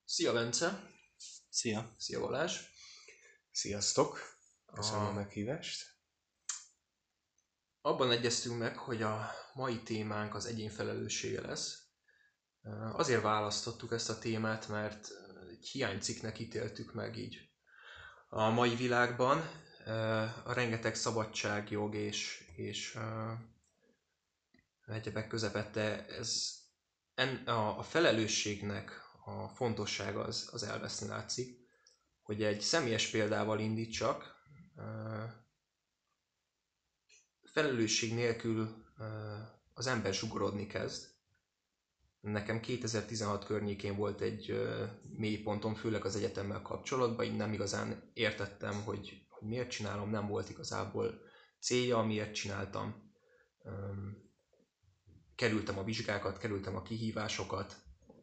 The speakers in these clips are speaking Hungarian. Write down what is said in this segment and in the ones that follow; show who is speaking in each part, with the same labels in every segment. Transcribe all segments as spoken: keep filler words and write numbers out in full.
Speaker 1: Szia Bence!
Speaker 2: Szia!
Speaker 1: Szia Balázs!
Speaker 2: Sziasztok! Köszönöm a
Speaker 1: A,
Speaker 2: meghívást.
Speaker 1: abban egyeztünk meg, hogy a mai témánk az egyén felelőssége lesz. Azért választottuk ezt a témát, mert egy hiánycikknek ítéltük meg így a mai világban. A rengeteg szabadságjog és, és egyebek közepette ez, en, a, a felelősségnek a fontossága az, az elveszni látszik. Hogy egy személyes példával indítsak, felelősség nélkül az ember zsugorodni kezd. Nekem kétezer-tizenhat környékén volt egy mélypontom, főleg az egyetemmel kapcsolatban, így nem igazán értettem, hogy, hogy miért csinálom, nem volt igazából célja, miért csináltam. Kerültem a vizsgákat, kerültem a kihívásokat,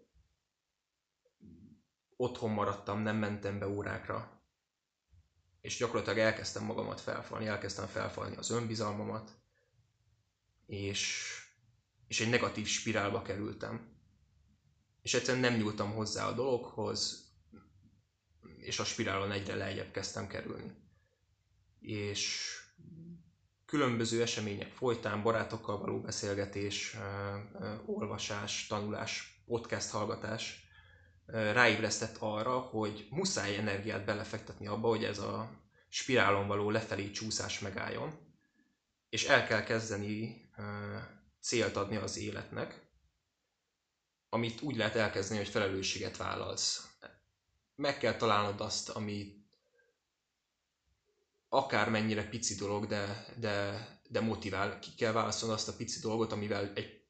Speaker 1: otthon maradtam, nem mentem be órákra, és gyakorlatilag elkezdtem magamat felfalni, elkezdtem felfalni az önbizalmamat, és, és egy negatív spirálba kerültem. És egyszerűen nem nyúltam hozzá a dologhoz, és a spirálon egyre lejjebb kezdtem kerülni. És különböző események folytán, barátokkal való beszélgetés, olvasás, tanulás, podcast hallgatás ráébresztett arra, hogy muszáj energiát belefektetni abba, hogy ez a spirálon való lefelé csúszás megálljon, és el kell kezdeni célt adni az életnek, amit úgy lehet elkezdeni, hogy felelősséget vállalsz. Meg kell találnod azt, ami akármennyire pici dolog, de, de, de motivál. Ki kell válaszolni azt a pici dolgot, amivel egy,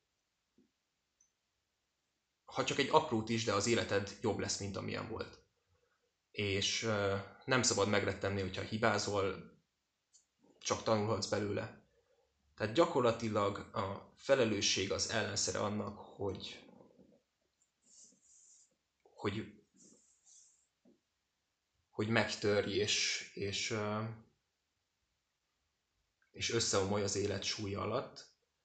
Speaker 1: ha csak egy aprót is, de az életed jobb lesz, mint amilyen volt. És uh, nem szabad megrettenni, hogyha hibázol, csak tanulhatsz belőle. Tehát gyakorlatilag a felelősség az ellenszere annak, hogy, hogy, hogy megtörj és, és, uh, és összeomolj az élet súlya alatt.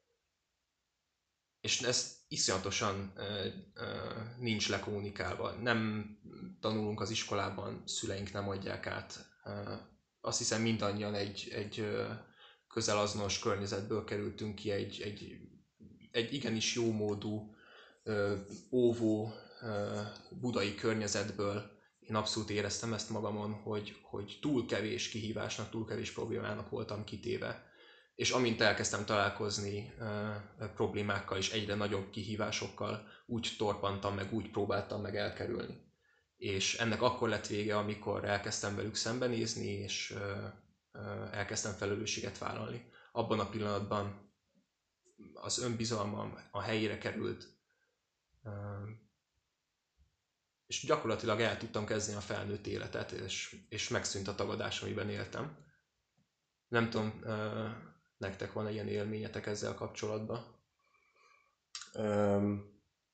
Speaker 1: És ez iszonyatosan ö, ö, nincs lekommunikálva. Nem tanulunk az iskolában, szüleink nem adják át. Ö, azt hiszem mindannyian egy, egy ö, közel azonos környezetből kerültünk ki, egy, egy, egy igenis jómódú, ö, óvó ö, budai környezetből. Én abszolút éreztem ezt magamon, hogy, hogy túl kevés kihívásnak, túl kevés problémának voltam kitéve, és amint elkezdtem találkozni uh, problémákkal és egyre nagyobb kihívásokkal, úgy torpantam meg, úgy próbáltam meg elkerülni. És ennek akkor lett vége, amikor elkezdtem velük szembenézni, és uh, uh, elkezdtem felelősséget vállalni. Abban a pillanatban az önbizalmam a helyére került, uh, és gyakorlatilag el tudtam kezdeni a felnőtt életet, és, és megszűnt a tagadás, amiben éltem. Nem tudom, uh, nektek van-e ilyen élményetek ezzel kapcsolatban?
Speaker 2: Öm,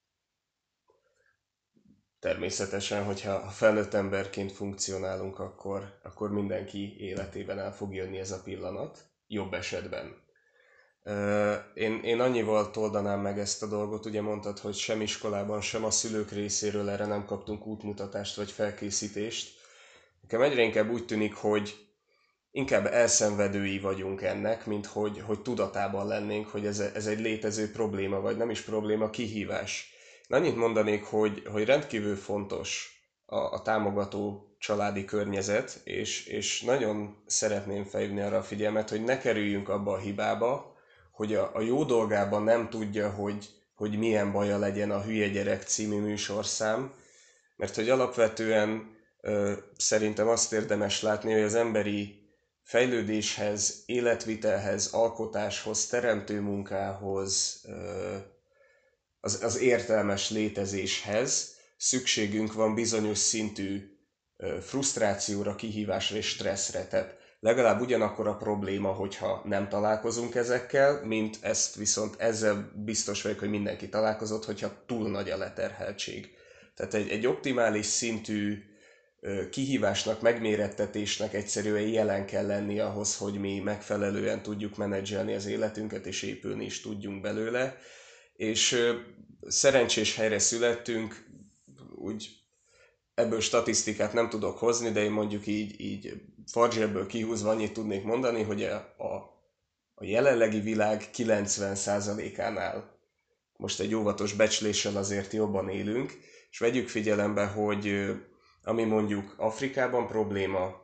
Speaker 2: természetesen, hogyha felnőtt emberként funkcionálunk, akkor, akkor mindenki életében el fog jönni ez a pillanat, jobb esetben. Ö, én, én annyival toldanám meg ezt a dolgot, ugye mondtad, hogy sem iskolában, sem a szülők részéről erre nem kaptunk útmutatást vagy felkészítést. Nekem egyre inkább úgy tűnik, hogy inkább elszenvedői vagyunk ennek, mint hogy, hogy tudatában lennénk, hogy ez, ez egy létező probléma, vagy nem is probléma, kihívás. Én annyit mondanék, hogy, hogy rendkívül fontos a, a támogató családi környezet, és, és nagyon szeretném felhívni arra a figyelmet, hogy ne kerüljünk abba a hibába, hogy a, a jó dolgában nem tudja, hogy, hogy milyen baja legyen a Hülye Gyerek című műsorszám, mert hogy alapvetően ö, szerintem azt érdemes látni, hogy az emberi fejlődéshez, életvitelhez, alkotáshoz, teremtő munkához, az, az értelmes létezéshez szükségünk van bizonyos szintű frusztrációra, kihívásra és stresszre. Tehát legalább ugyanakkor a probléma, hogyha nem találkozunk ezekkel, mint ezt viszont ezzel biztos vagyok, hogy mindenki találkozott, hogyha túl nagy a leterheltség. Tehát egy, egy optimális szintű kihívásnak, megmérettetésnek egyszerűen jelen kell lenni ahhoz, hogy mi megfelelően tudjuk menedzselni az életünket, és épülni is tudjunk belőle. És szerencsés helyre születtünk, úgy ebből statisztikát nem tudok hozni, de én mondjuk így, így fardzsebből kihúzva annyit tudnék mondani, hogy a, a, a jelenlegi világ kilencven százalékánál most egy óvatos becsléssel azért jobban élünk, és vegyük figyelembe, hogy ami mondjuk Afrikában probléma,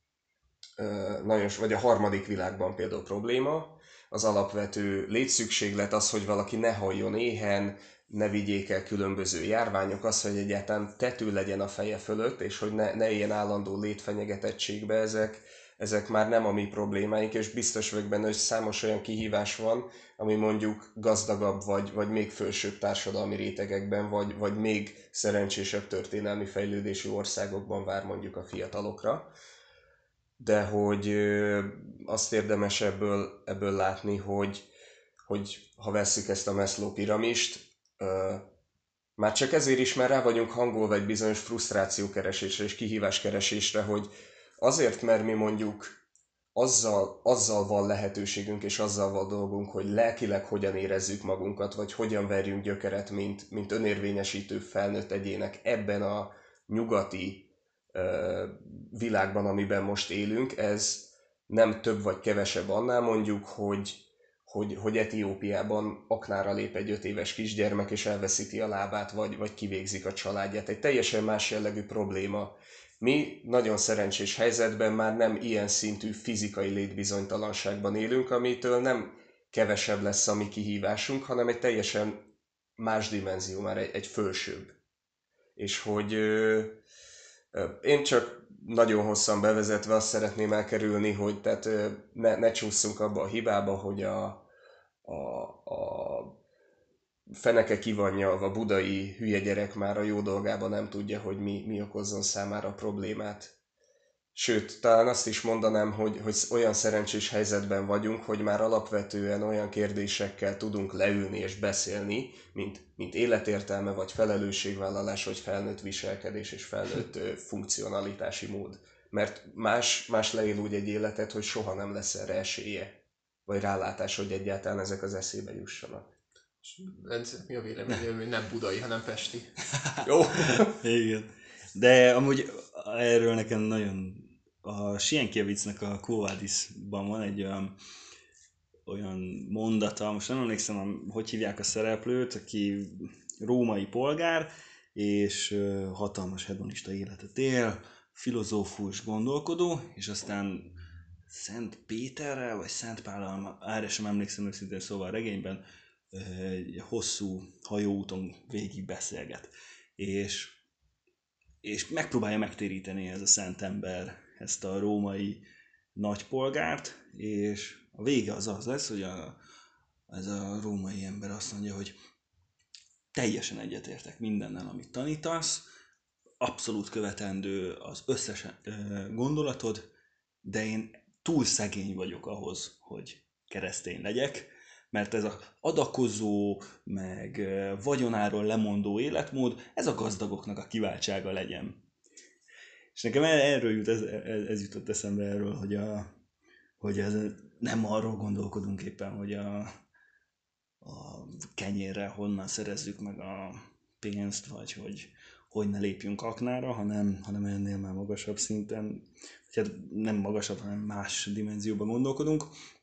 Speaker 2: nagyon, vagy a harmadik világban például probléma, az alapvető létszükséglet az, hogy valaki ne halljon éhen, ne vigyék el különböző járványok, az, hogy egyáltalán tető legyen a feje fölött, és hogy ne, ne ilyen állandó létfenyegetettségbe, ezek, ezek már nem a mi problémáink, és biztos vagyok benne, hogy számos olyan kihívás van, ami mondjuk gazdagabb, vagy, vagy még fölsőbb társadalmi rétegekben, vagy, vagy még szerencsésebb történelmi fejlődésű országokban vár mondjuk a fiatalokra. De hogy ö, azt érdemes ebből, ebből látni, hogy, hogy ha vesszük ezt a Maslow piramist, ö, már csak ezért is, mert rá vagyunk hangolva egy bizonyos frusztrációkeresésre és kihíváskeresésre, hogy azért, mert mi mondjuk azzal, azzal van lehetőségünk és azzal van dolgunk, hogy lelkileg hogyan érezzük magunkat, vagy hogyan verjünk gyökeret, mint, mint önérvényesítő felnőtt egyének ebben a nyugati ö, világban, amiben most élünk, ez nem több vagy kevesebb annál mondjuk, hogy, hogy, hogy Etiópiában aknára lép egy öt éves kisgyermek, és elveszíti a lábát, vagy, vagy kivégzik a családját. Egy teljesen más jellegű probléma. Mi nagyon szerencsés helyzetben már nem ilyen szintű fizikai létbizonytalanságban élünk, amitől nem kevesebb lesz a mi kihívásunk, hanem egy teljesen más dimenzió, már egy, egy fölsőbb. És hogy ö, ö, én csak nagyon hosszan bevezetve azt szeretném elkerülni, hogy tehát, ö, ne, ne csúszunk abba a hibába, hogy a, a, a feneke ki van nyalva budai hülye gyerek már a jó dolgában nem tudja, hogy mi, mi okozzon számára problémát. Sőt, talán azt is mondanám, hogy, hogy olyan szerencsés helyzetben vagyunk, hogy már alapvetően olyan kérdésekkel tudunk leülni és beszélni, mint, mint életértelme, vagy felelősségvállalás, vagy felnőtt viselkedés és felnőtt ö, funkcionalitási mód. Mert más, más leél úgy egy életet, hogy soha nem lesz erre esélye, vagy rálátás, hogy egyáltalán ezek az eszébe jussanak.
Speaker 1: Bence, mi a véleményem, hogy nem budai, hanem pesti?
Speaker 2: Jó.
Speaker 3: Igen. De amúgy erről nekem nagyon... A Sienkiewicznek a Quo Vadisban van egy olyan, olyan mondata, most nem emlékszem, hogy hívják a szereplőt, aki római polgár, és hatalmas hedonista életet él, filozófus, gondolkodó, és aztán Szent Péterrel, vagy Szent Pállal, erre sem emlékszem őszintén, szóval a regényben egy hosszú hajóúton végig beszélget. És, és megpróbálja megtéríteni ez a szent ember ezt a római nagypolgárt, és a vége az az lesz, hogy a, ez a római ember azt mondja, hogy teljesen egyetértek mindennel, amit tanítasz, abszolút követendő az összes gondolatod, de én túl szegény vagyok ahhoz, hogy keresztény legyek, mert ez az adakozó, meg vagyonáról lemondó életmód, ez a gazdagoknak a kiváltsága legyen. És nekem erről jut, ez, ez jutott eszembe erről, hogy, a, hogy ez nem arról gondolkodunk éppen, hogy a, a kenyérrel honnan szerezzük meg a pénzt, vagy hogy hogy ne lépjünk aknára, hanem, hanem ennél már magasabb szinten, hát nem magasabb, hanem más dimenzióban gondolkodunk.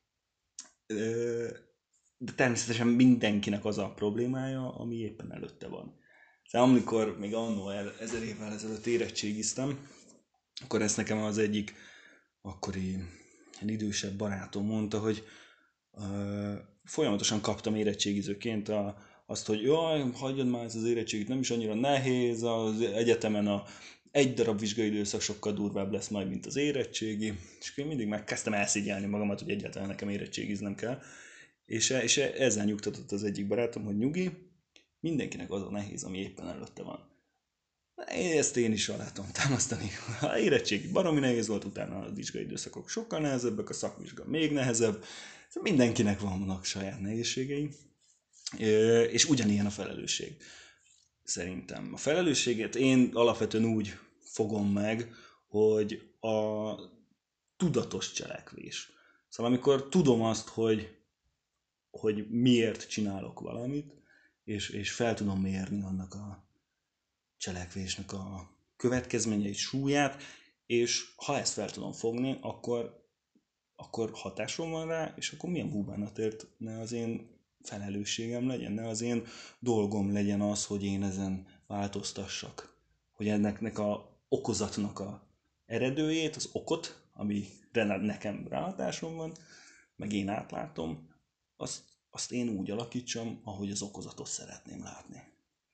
Speaker 3: De természetesen mindenkinek az a problémája, ami éppen előtte van. Szóval amikor még annó ezer évvel ezelőtt érettségiztem, akkor ezt nekem az egyik akkori idősebb barátom mondta, hogy uh, folyamatosan kaptam érettségizőként a, azt, hogy jaj, hagyjad már ez az érettségit, nem is annyira nehéz, az egyetemen a egy darab vizsgai időszak sokkal durvább lesz majd, mint az érettségi, és én mindig megkezdtem elszégyelni magamat, hogy egyáltalán nekem érettségiznem kell. És, és ezzel nyugtatott az egyik barátom, hogy nyugi, mindenkinek az a nehéz, ami éppen előtte van. Ezt én is alá tudom támasztani. A érettségi baromi nehéz volt, utána a vizsgai időszakok sokkal nehezebbek, a szakvizsga még nehezebb. Mindenkinek vannak saját nehézségei. És ugyanilyen a felelősség. Szerintem. A felelősséget én alapvetően úgy fogom meg, hogy a tudatos cselekvés. Szóval amikor tudom azt, hogy hogy miért csinálok valamit, és, és fel tudom mérni annak a cselekvésnek a következményeit, súlyát, és ha ezt fel tudom fogni, akkor, akkor hatásom van rá, és akkor mi a búbánatért ne az én felelősségem legyen, ne az én dolgom legyen az, hogy én ezen változtassak. Hogy ennek a okozatnak a eredőjét, az okot, amire nekem ráhatásom van, meg én átlátom, azt, azt én úgy alakítsam, ahogy az okozatot szeretném látni.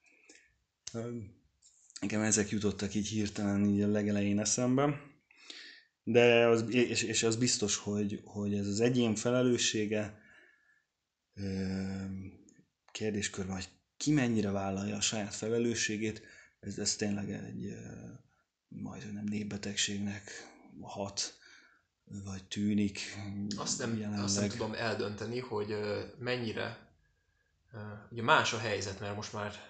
Speaker 3: Nekem ezek jutottak így hirtelen így a legelején eszembe, de az, és, és az biztos, hogy, hogy ez az egyén felelőssége kérdéskörben, hogy ki mennyire vállalja a saját felelősségét, ez, ez tényleg egy majd nem népbetegségnek hat, vagy tűnik
Speaker 1: Azt nem,
Speaker 3: jelenleg.
Speaker 1: azt nem tudom eldönteni, hogy mennyire ugye más a helyzet, mert most már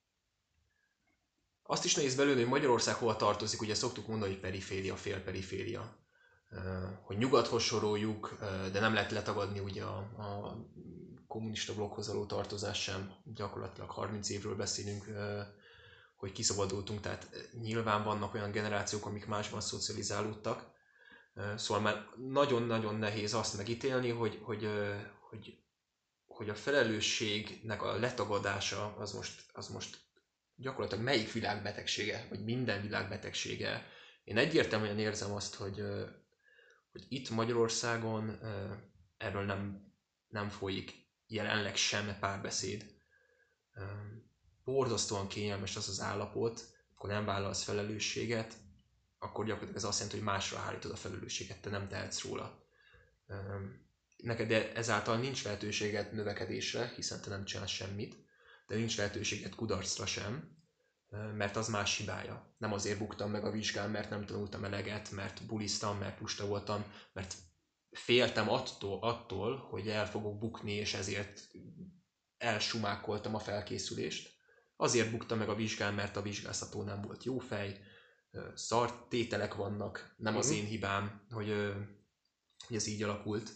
Speaker 1: azt is nehéz belőle, hogy Magyarország hova tartozik, ugye szoktuk mondani, hogy periféria, félperiféria. Hogy nyugathoz soroljuk, de nem lehet letagadni ugye a, a kommunista blokkhoz való tartozás sem. Gyakorlatilag harminc évről beszélünk, hogy kiszabadultunk, tehát nyilván vannak olyan generációk, amik másban szocializálódtak. Szóval már nagyon-nagyon nehéz azt megítélni, hogy, hogy, hogy, hogy a felelősségnek a letagadása az most, az most gyakorlatilag melyik világbetegsége, vagy minden világbetegsége. Én egyértelműen érzem azt, hogy, hogy itt Magyarországon erről nem, nem folyik jelenleg sem párbeszéd. Borzasztóan kényelmes az az állapot, akkor nem vállalsz felelősséget, akkor gyakorlatilag ez azt jelenti, hogy másra hárítod a felelősséget, te nem tehetsz róla. Neked ezáltal nincs lehetőséged növekedésre, hiszen te nem csinálsz semmit, de nincs lehetőséged kudarcra sem, mert az más hibája. Nem azért buktam meg a vizsgán, mert nem tanultam eleget, mert buliztam, mert lusta voltam, mert féltem attól, attól, hogy el fogok bukni, és ezért elsumákoltam a felkészülést. Azért buktam meg a vizsgán, mert a vizsgáztató nem volt jó fej, szar tételek vannak, nem az én hibám, hogy, hogy ez így alakult.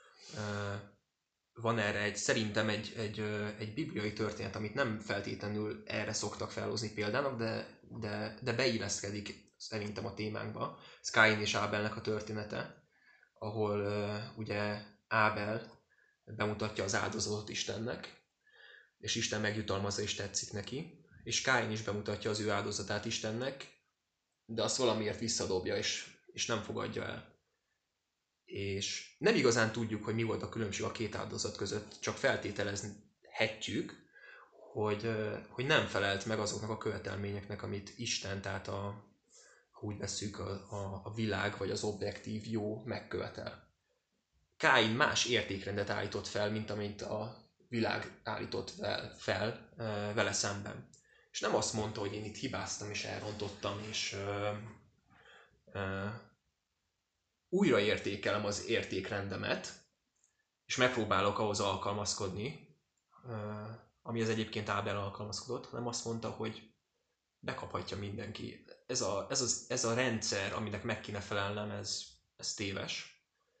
Speaker 1: Van erre egy, szerintem egy, egy, egy bibliai történet, amit nem feltétlenül erre szoktak felhozni példának, de, de, de beilleszkedik szerintem a témánkba. Ez Káin és Ábelnek a története, ahol uh, ugye Ábel bemutatja az áldozatot Istennek, és Isten megjutalmazza és tetszik neki, és Káin is bemutatja az ő áldozatát Istennek, de azt valamiért visszadobja, és, és nem fogadja el. És nem igazán tudjuk, hogy mi volt a különbség a két áldozat között, csak feltételezhetjük, hogy, hogy nem felelt meg azoknak a követelményeknek, amit Isten, tehát a, ha úgy vesszük, a, a, a világ vagy az objektív jó megkövetel. Káin más értékrendet állított fel, mint amit a világ állított fel vele szemben. És nem azt mondta, hogy én itt hibáztam és elrontottam, és ö, ö, újraértékelem az értékrendemet, és megpróbálok ahhoz alkalmazkodni, ami az egyébként Ábel alkalmazkodott, hanem azt mondta, hogy bekaphatja mindenki. Ez a, ez, az, ez a rendszer, aminek meg kéne felelnem, ez, ez téves.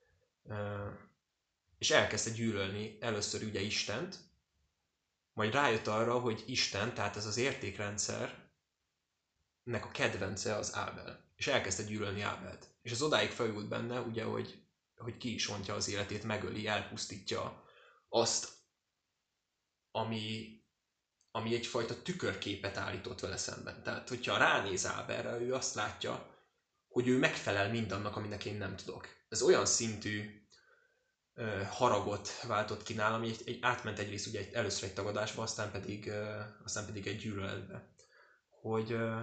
Speaker 1: És elkezdte gyűlölni először ugye Istent, majd rájött arra, hogy Isten, tehát ez az értékrendszernek a kedvence az Ábel. És elkezdte gyűlölni Ábelt. És az odáig feljut benne, ugye, hogy, hogy ki is ontja az életét, megöli, elpusztítja azt, ami, ami egyfajta tükörképet állított vele szemben. Tehát, hogyha ránéz Ábelre, ő azt látja, hogy ő megfelel mindannak, aminek én nem tudok. Ez olyan szintű uh, haragot váltott ki nálam, hogy egy, egy, átment egyrészt ugye egy, először egy tagadásba, aztán pedig, uh, aztán pedig egy gyűlöletbe. Hogy uh,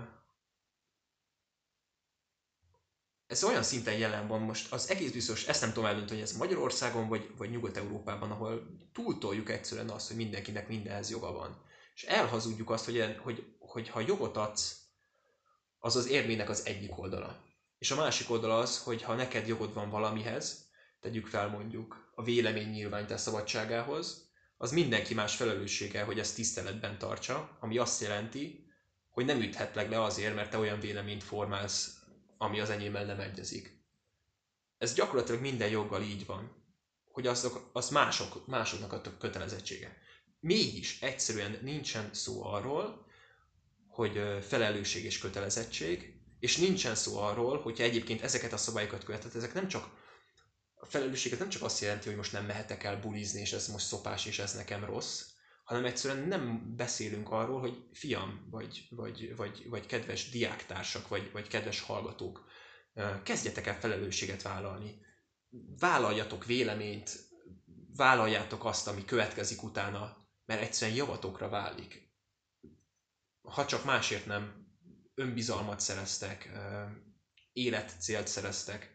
Speaker 1: ez olyan szinten jelen van most, az egész biztos, ezt nem tudom eldönteni, hogy ez Magyarországon vagy, vagy Nyugat-Európában, ahol túltoljuk egyszerűen azt, hogy mindenkinek mindenhez joga van. És elhazudjuk azt, hogy, hogy, hogy ha jogot adsz, az az érmének az egyik oldala. És a másik oldala az, hogy ha neked jogod van valamihez, tegyük fel mondjuk a véleménynyilvánítás szabadságához, az mindenki más felelőssége, hogy ezt tiszteletben tartsa, ami azt jelenti, hogy nem üthetlek le azért, mert te olyan véleményt formálsz, ami az enyémmel nem egyezik. Ez gyakorlatilag minden joggal így van, hogy azok, az mások, másoknak a kötelezettsége. Mégis egyszerűen nincsen szó arról, hogy felelősség és kötelezettség, És nincsen szó arról, hogyha egyébként ezeket a szabályokat követett, ezek nem csak a felelősséget nem csak azt jelenti, hogy most nem mehetek el bulizni, és ez most szopás, és ez nekem rossz, hanem egyszerűen nem beszélünk arról, hogy fiam, vagy, vagy, vagy, vagy kedves diáktársak, vagy, vagy kedves hallgatók, kezdjetek el felelősséget vállalni. Vállaljatok véleményt, vállaljátok azt, ami következik utána, mert egyszerűen javatokra válik. Ha csak másért nem, önbizalmat szereztek, életcélt szereztek.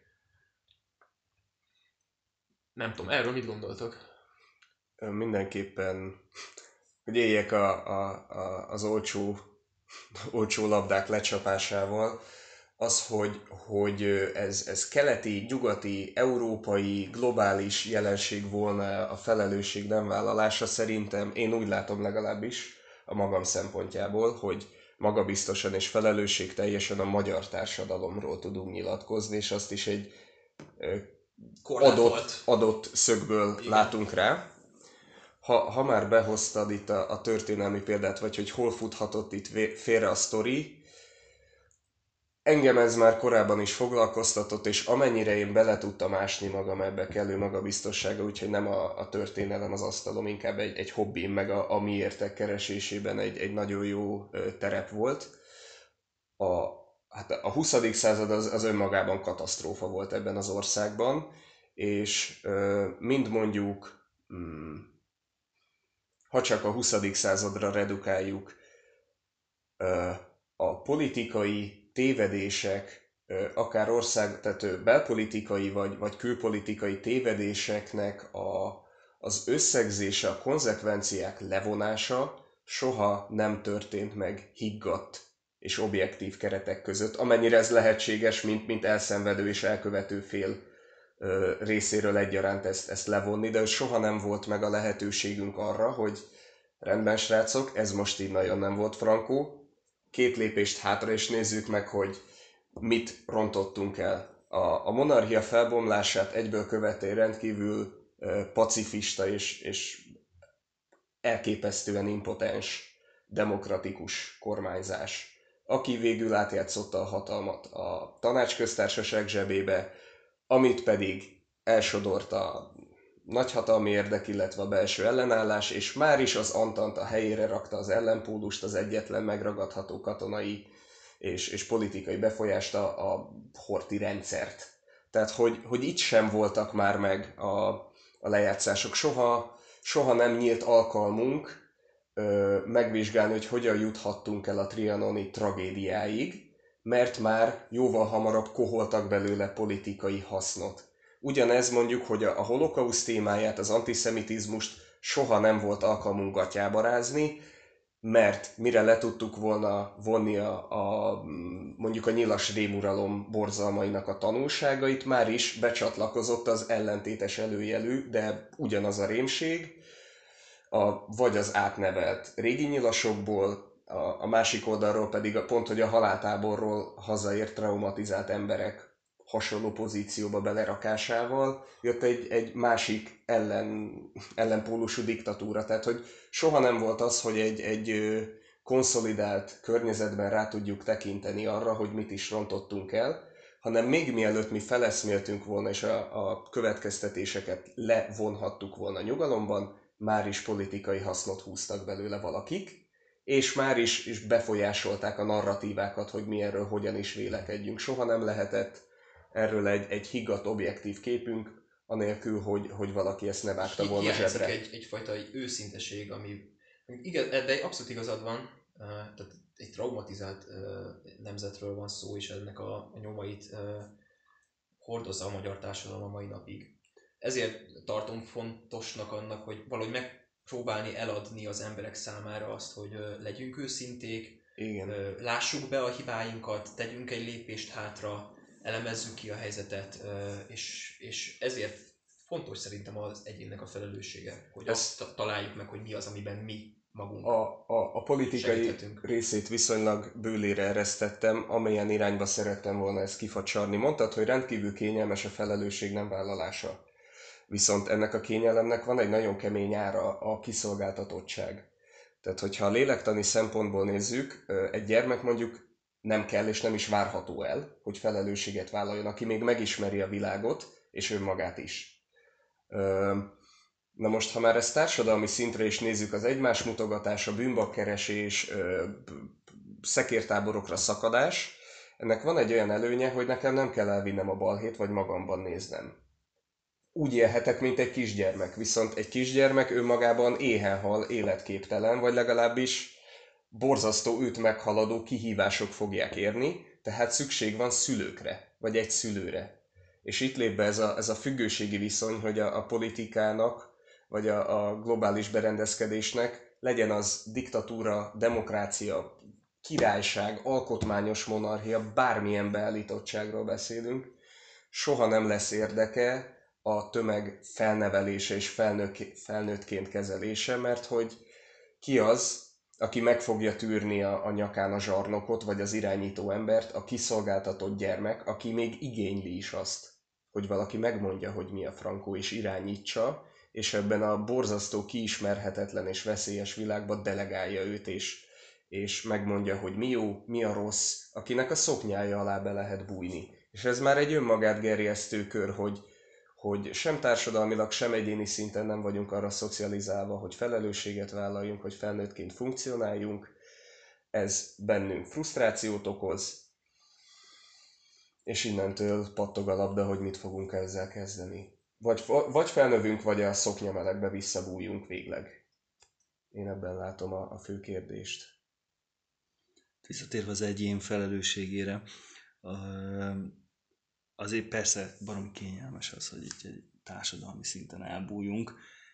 Speaker 1: Nem tudom, erről mit gondoltok?
Speaker 2: Mindenképpen, hogy éljek a, a, a, az olcsó, olcsó labdák lecsapásával, az, hogy, hogy ez, ez keleti, nyugati, európai, globális jelenség volna a felelősség nem vállalása, szerintem én úgy látom legalábbis a magam szempontjából, hogy magabiztosan és felelősségteljesen a magyar társadalomról tudunk nyilatkozni, és azt is egy adott, adott szögből Igen. látunk rá. Ha, ha már behoztad itt a, a történelmi példát, vagy hogy hol futhatott itt félre a sztori, engem ez már korábban is foglalkoztatott, és amennyire én bele tudtam ásni magam ebbe kellő magabiztossága, úgyhogy nem a, a történelem az asztalom, inkább egy, egy hobbim, meg a, a miértek keresésében egy, egy nagyon jó terep volt. A, hát a huszadik század az, az önmagában katasztrófa volt ebben az országban, és mind mondjuk, ha csak a huszadik századra redukáljuk, a politikai tévedések, akár ország, tehát belpolitikai vagy, vagy külpolitikai tévedéseknek a, az összegzése, a konzekvenciák levonása soha nem történt meg higgadt és objektív keretek között, amennyire ez lehetséges, mint, mint elszenvedő és elkövető fél részéről egyaránt ezt, ezt levonni, de soha nem volt meg a lehetőségünk arra, hogy rendben srácok, ez most így nagyon nem volt frankó, két lépést hátra, és nézzük meg, hogy mit rontottunk el. A, a monarchia felbomlását egyből követő rendkívül uh, pacifista és, és elképesztően impotens, demokratikus kormányzás, aki végül átjátszotta a hatalmat a tanácsköztársaság zsebébe, amit pedig elsodort a nagyhatalmi érdek, illetve a belső ellenállás, és már is az Antanta helyére rakta az ellenpólust, az egyetlen megragadható katonai és, és politikai befolyást, a, a horthy rendszert. Tehát, hogy, hogy itt sem voltak már meg a, a lejátszások. Soha, soha nem nyílt alkalmunk ö, megvizsgálni, hogy hogyan juthattunk el a trianoni tragédiáig, mert már jóval hamarabb koholtak belőle politikai hasznot. Ugyanez mondjuk, hogy a holokauszt témáját, az antiszemitizmust soha nem volt alkalmunk gatyába rázni, mert mire le tudtuk volna vonni a, a, mondjuk a nyilas rémuralom borzalmainak a tanulságait, már is becsatlakozott az ellentétes előjelű, de ugyanaz a rémség, a, vagy az átnevelt régi nyilasokból, a, a másik oldalról pedig a pont, hogy a haláltáborról hazaért traumatizált emberek hasonló pozícióba belerakásával jött egy, egy másik ellen, ellenpólusú diktatúra. Tehát, hogy soha nem volt az, hogy egy, egy konszolidált környezetben rá tudjuk tekinteni arra, hogy mit is rontottunk el, hanem még mielőtt mi feleszméltünk volna, és a, a következtetéseket levonhattuk volna nyugalomban, már is politikai hasznot húztak belőle valakik, és már is, is befolyásolták a narratívákat, hogy mi erről hogyan is vélekedjünk. Soha nem lehetett erről egy, egy higgadt objektív képünk, anélkül, hogy, hogy valaki ezt ne vágta volna zsebre.
Speaker 1: Egy, egyfajta egy őszinteség, ami igaz, de abszolút igazad van, tehát egy traumatizált nemzetről van szó, és ennek a, a nyomait hordozza a magyar társadalom a mai napig. Ezért tartom fontosnak annak, hogy valahogy megpróbálni eladni az emberek számára azt, hogy legyünk őszinték,
Speaker 2: Igen.
Speaker 1: lássuk be a hibáinkat, tegyünk egy lépést hátra, elemezzük ki a helyzetet, és, és ezért fontos szerintem az egyénnek a felelőssége, hogy azt találjuk meg, hogy mi az, amiben mi magunk
Speaker 2: a, a, a politikai
Speaker 1: segíthetünk.
Speaker 2: Részét viszonylag bőlére eresztettem, amelyen irányba szerettem volna ezt kifacsarni. Mondtad, hogy rendkívül kényelmes a felelősség nem vállalása. Viszont ennek a kényelemnek van egy nagyon kemény ára, a kiszolgáltatottság. Tehát, hogyha a lélektani szempontból nézzük, egy gyermek mondjuk nem kell és nem is várható el, hogy felelősséget vállaljon, aki még megismeri a világot, és önmagát is. Na most, ha már ezt társadalmi szintre is nézzük, az egymás mutogatás, a bűnbakkeresés, szekértáborokra szakadás, ennek van egy olyan előnye, hogy nekem nem kell elvinnem a balhét, vagy magamban néznem. Úgy élhetek, mint egy kisgyermek, viszont egy kisgyermek önmagában éhen hal, életképtelen, vagy legalábbis borzasztó őt meghaladó kihívások fogják érni, tehát szükség van szülőkre, vagy egy szülőre. És itt lép be ez a, ez a függőségi viszony, hogy a, a politikának, vagy a, a globális berendezkedésnek legyen az diktatúra, demokrácia, királyság, alkotmányos monarchia, bármilyen beállítottságról beszélünk, soha nem lesz érdeke a tömeg felnevelése és felnőtt, felnőttként kezelése, mert hogy ki az, aki meg fogja tűrni a, a nyakán a zsarnokot, vagy az irányító embert, a kiszolgáltatott gyermek, aki még igényli is azt, hogy valaki megmondja, hogy mi a frankó, és irányítsa, és ebben a borzasztó, kiismerhetetlen és veszélyes világban delegálja őt, és, és megmondja, hogy mi jó, mi a rossz, akinek a szoknyája alá be lehet bújni. És ez már egy önmagát gerjesztő kör, hogy, hogy sem társadalmilag, sem egyéni szinten nem vagyunk arra szocializálva, hogy felelősséget vállaljunk, hogy felnőttként funkcionáljunk. Ez bennünk frusztrációt okoz, és innentől pattog a labda, hogy mit fogunk ezzel kezdeni. Vagy, vagy felnövünk, vagy a szoknyamelegbe visszabújjunk végleg. Én ebben látom a, a fő kérdést.
Speaker 3: Visszatérve az egyén felelősségére, azért persze baromi kényelmes az, hogy itt egy társadalmi szinten elbújjunk,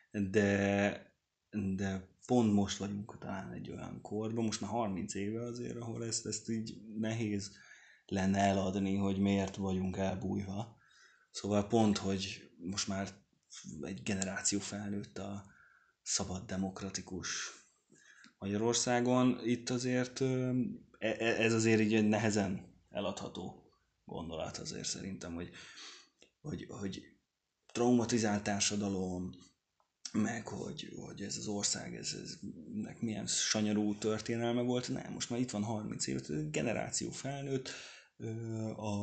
Speaker 3: de, de pont most vagyunk talán egy olyan korban, most már harminc éve azért, ahol ezt, ezt így nehéz lenne eladni, hogy miért vagyunk elbújva. Szóval pont, hogy most már egy generáció felnőtt a szabad, demokratikus Magyarországon, itt azért ez azért így nehezen eladható gondolat azért szerintem, hogy, hogy, hogy traumatizált társadalom, meg hogy, hogy ez az ország, ez, ez nek milyen sanyarú történelme volt. Nem, most már itt van harminc év, generáció felnőtt, a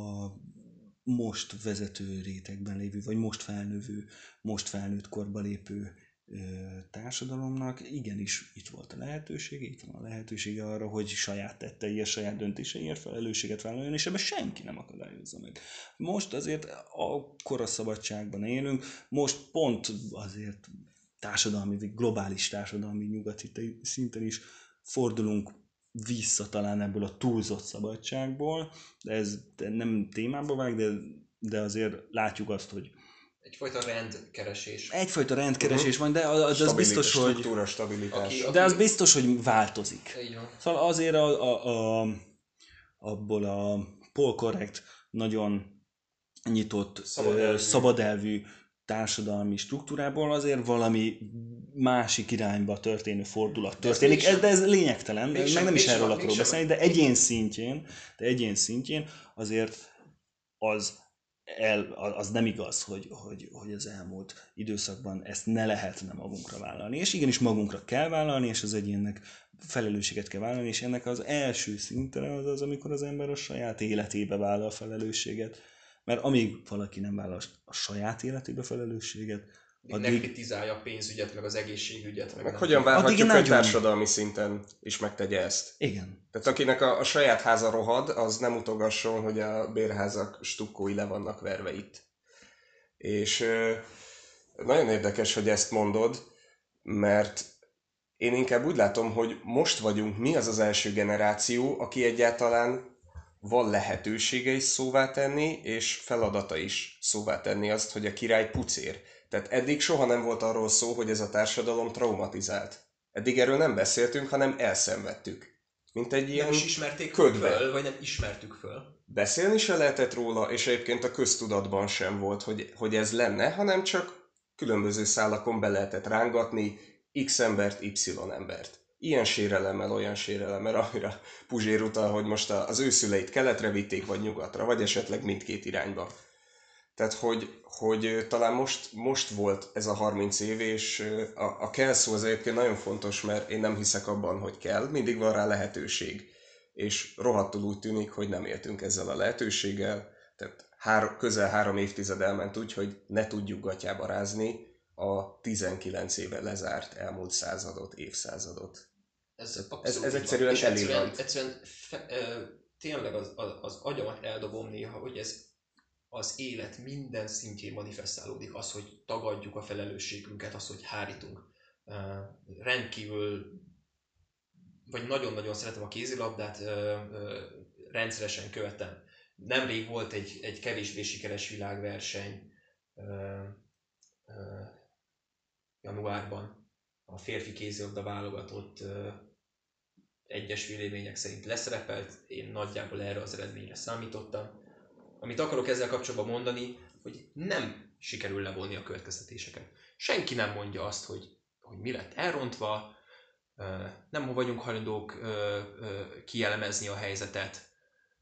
Speaker 3: most vezető rétegben lévő, vagy most felnövő, most felnőtt korba lépő társadalomnak igenis itt volt a lehetősége, itt van a lehetősége arra, hogy saját tetteiért, saját döntéseiért felelősséget vállaljon, és ebben senki nem akadályozza meg. Most azért akkora szabadságban élünk, most pont azért társadalmi, vagy globális társadalmi nyugati szinten is fordulunk vissza talán ebből a túlzott szabadságból, de ez nem témába vág, de, de azért látjuk azt, hogy
Speaker 1: egyfajta rendkeresés.
Speaker 3: Egyfajta rendkeresés van, de az, az biztos, hogy...
Speaker 2: Struktúra, stabilitás.
Speaker 3: Aki, aki... De az biztos, hogy változik.
Speaker 1: Így van.
Speaker 3: Szóval azért a, a, a, abból a polkorrekt, nagyon nyitott, szabadelvű. szabadelvű társadalmi struktúrából azért valami másik irányba történő fordulat történik. Ez, de ez lényegtelen, meg nem is erről akarok beszélni, de egyén szintjén, de egyén szintjén azért az El, az nem igaz, hogy, hogy, hogy az elmúlt időszakban ezt ne lehetne magunkra vállalni. És igenis magunkra kell vállalni, és az egyénnek felelősséget kell vállalni, és ennek az első szinten az az, amikor az ember a saját életébe vállal felelősséget. Mert amíg valaki nem vállal a saját életébe felelősséget,
Speaker 1: addig... ne kritizálja a pénzügyet, meg az egészségügyet. Meg,
Speaker 2: meg hogyan várhatjuk, hogy társadalmi szinten is megtegye ezt.
Speaker 3: Igen.
Speaker 2: Tehát akinek a, a saját háza rohad, az nem utogasson, hogy a bérházak stukkói le vannak verve itt. És ö, nagyon érdekes, hogy ezt mondod, mert én inkább úgy látom, hogy most vagyunk mi az az első generáció, aki egyáltalán van lehetősége is szóvá tenni, és feladata is szóvá tenni azt, hogy a király pucér. Tehát eddig soha nem volt arról szó, hogy ez a társadalom traumatizált. Eddig erről nem beszéltünk, hanem elszenvedtük. Mint egy ilyen
Speaker 1: nem is ismerték
Speaker 2: ködbe.
Speaker 1: Föl, vagy nem ismertük föl.
Speaker 2: Beszélni se lehetett róla, és egyébként a köztudatban sem volt, hogy, hogy ez lenne, hanem csak különböző szálakon be lehetett rángatni X embert, Y embert. Ilyen sérelemmel, olyan sérelemmel, amire Puzsér utal, hogy most az ő szüleit keletre vitték, vagy nyugatra, vagy esetleg mindkét irányba. Tehát, hogy, hogy talán most, most volt ez a harminc év, és a, a kell szó az egyébként nagyon fontos, mert én nem hiszek abban, hogy kell, mindig van rá lehetőség. és rohadtul úgy tűnik, hogy nem éltünk ezzel a lehetőséggel, tehát három, közel három évtized elment úgy, hogy ne tudjuk gatyába rázni a tizenkilenc éve lezárt elmúlt századot, évszázadot.
Speaker 1: Ez,
Speaker 2: ez, ez egyszerűen
Speaker 1: és
Speaker 2: elillant.
Speaker 1: Egyszerűen, egyszerűen fe, ö, tényleg az, az, az agyamat eldobom néha, hogy ez az élet minden szintjén manifestálódik, az, hogy tagadjuk a felelősségünket, az, hogy hárítunk. Uh, rendkívül, vagy nagyon-nagyon szeretem a kézilabdát, uh, uh, rendszeresen követem. Nemrég volt egy, egy kevésbé sikeres világverseny uh, uh, januárban. A férfi kézilabda válogatott uh, egyes vélemények szerint leszerepelt, én nagyjából erre az eredményre számítottam. Amit akarok ezzel kapcsolatban mondani, hogy nem sikerül levonni a következtetéseket. Senki nem mondja azt, hogy, hogy mi lett elrontva, nem vagyunk hajlandók kielemezni a helyzetet.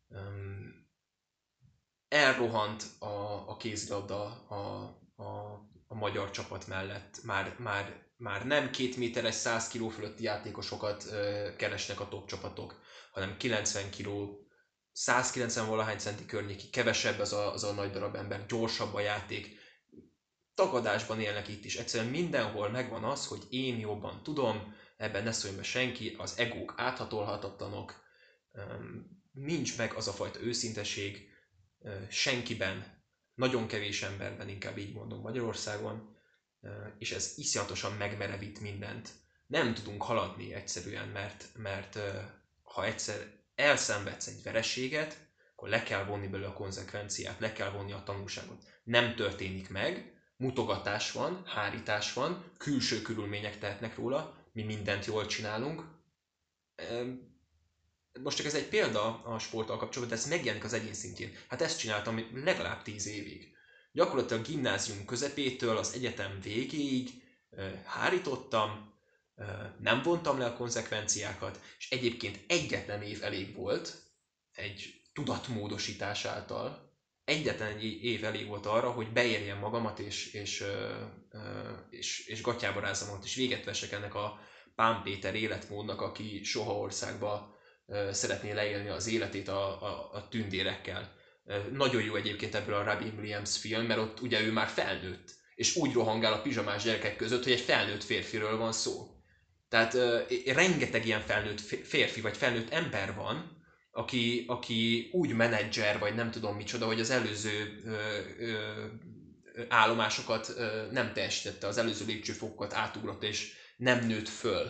Speaker 1: Elrohant a, a kézilabda a, a, a magyar csapat mellett. Már, már, már nem két méteres, száz kiló fölötti játékosokat keresnek a top csapatok, hanem kilencven kiló, százkilencven valahány centi környéki, kevesebb az a, az a nagy darab ember, gyorsabb a játék. Tagadásban élnek itt is. Egyszerűen mindenhol megvan az, hogy én jobban tudom, ebben ne szóljon be senki, az egók áthatolhatatlanok, nincs meg az a fajta őszinteség senkiben, nagyon kevés emberben, inkább így mondom Magyarországon, és ez iszonyatosan megmerevít mindent. Nem tudunk haladni egyszerűen, mert, mert ha egyszer elszenvedsz egy vereséget, akkor le kell vonni belőle a konzekvenciát, le kell vonni a tanulságot. Nem történik meg, mutogatás van, hárítás van, külső körülmények tehetnek róla, mi mindent jól csinálunk. Most csak ez egy példa a sporttal kapcsolatban, de ez megjelenik az egyén szintjén. Hát ezt csináltam legalább tíz évig. Gyakorlatilag a gimnázium közepétől az egyetem végéig hárítottam, nem vontam le a konzekvenciákat, és egyébként egyetlen év elég volt egy tudatmódosítás által, egyetlen egy év elég volt arra, hogy beérjem magamat, és, és, és, és gatyába rázzam ott, és véget vessek ennek a Pán Péter életmódnak, aki soha országba szeretné leélni az életét a, a, a tündérekkel. Nagyon jó egyébként ebből a Robin Williams film, mert ott ugye ő már felnőtt, és úgy rohangál a pizsamás gyerekek között, hogy egy felnőtt férfiről van szó. Tehát uh, rengeteg ilyen felnőtt férfi, vagy felnőtt ember van, aki, aki úgy menedzser, vagy nem tudom micsoda, hogy az előző ö, ö, állomásokat ö, nem teljesítette, az előző lépcsőfokokat átugrott, és nem nőtt föl.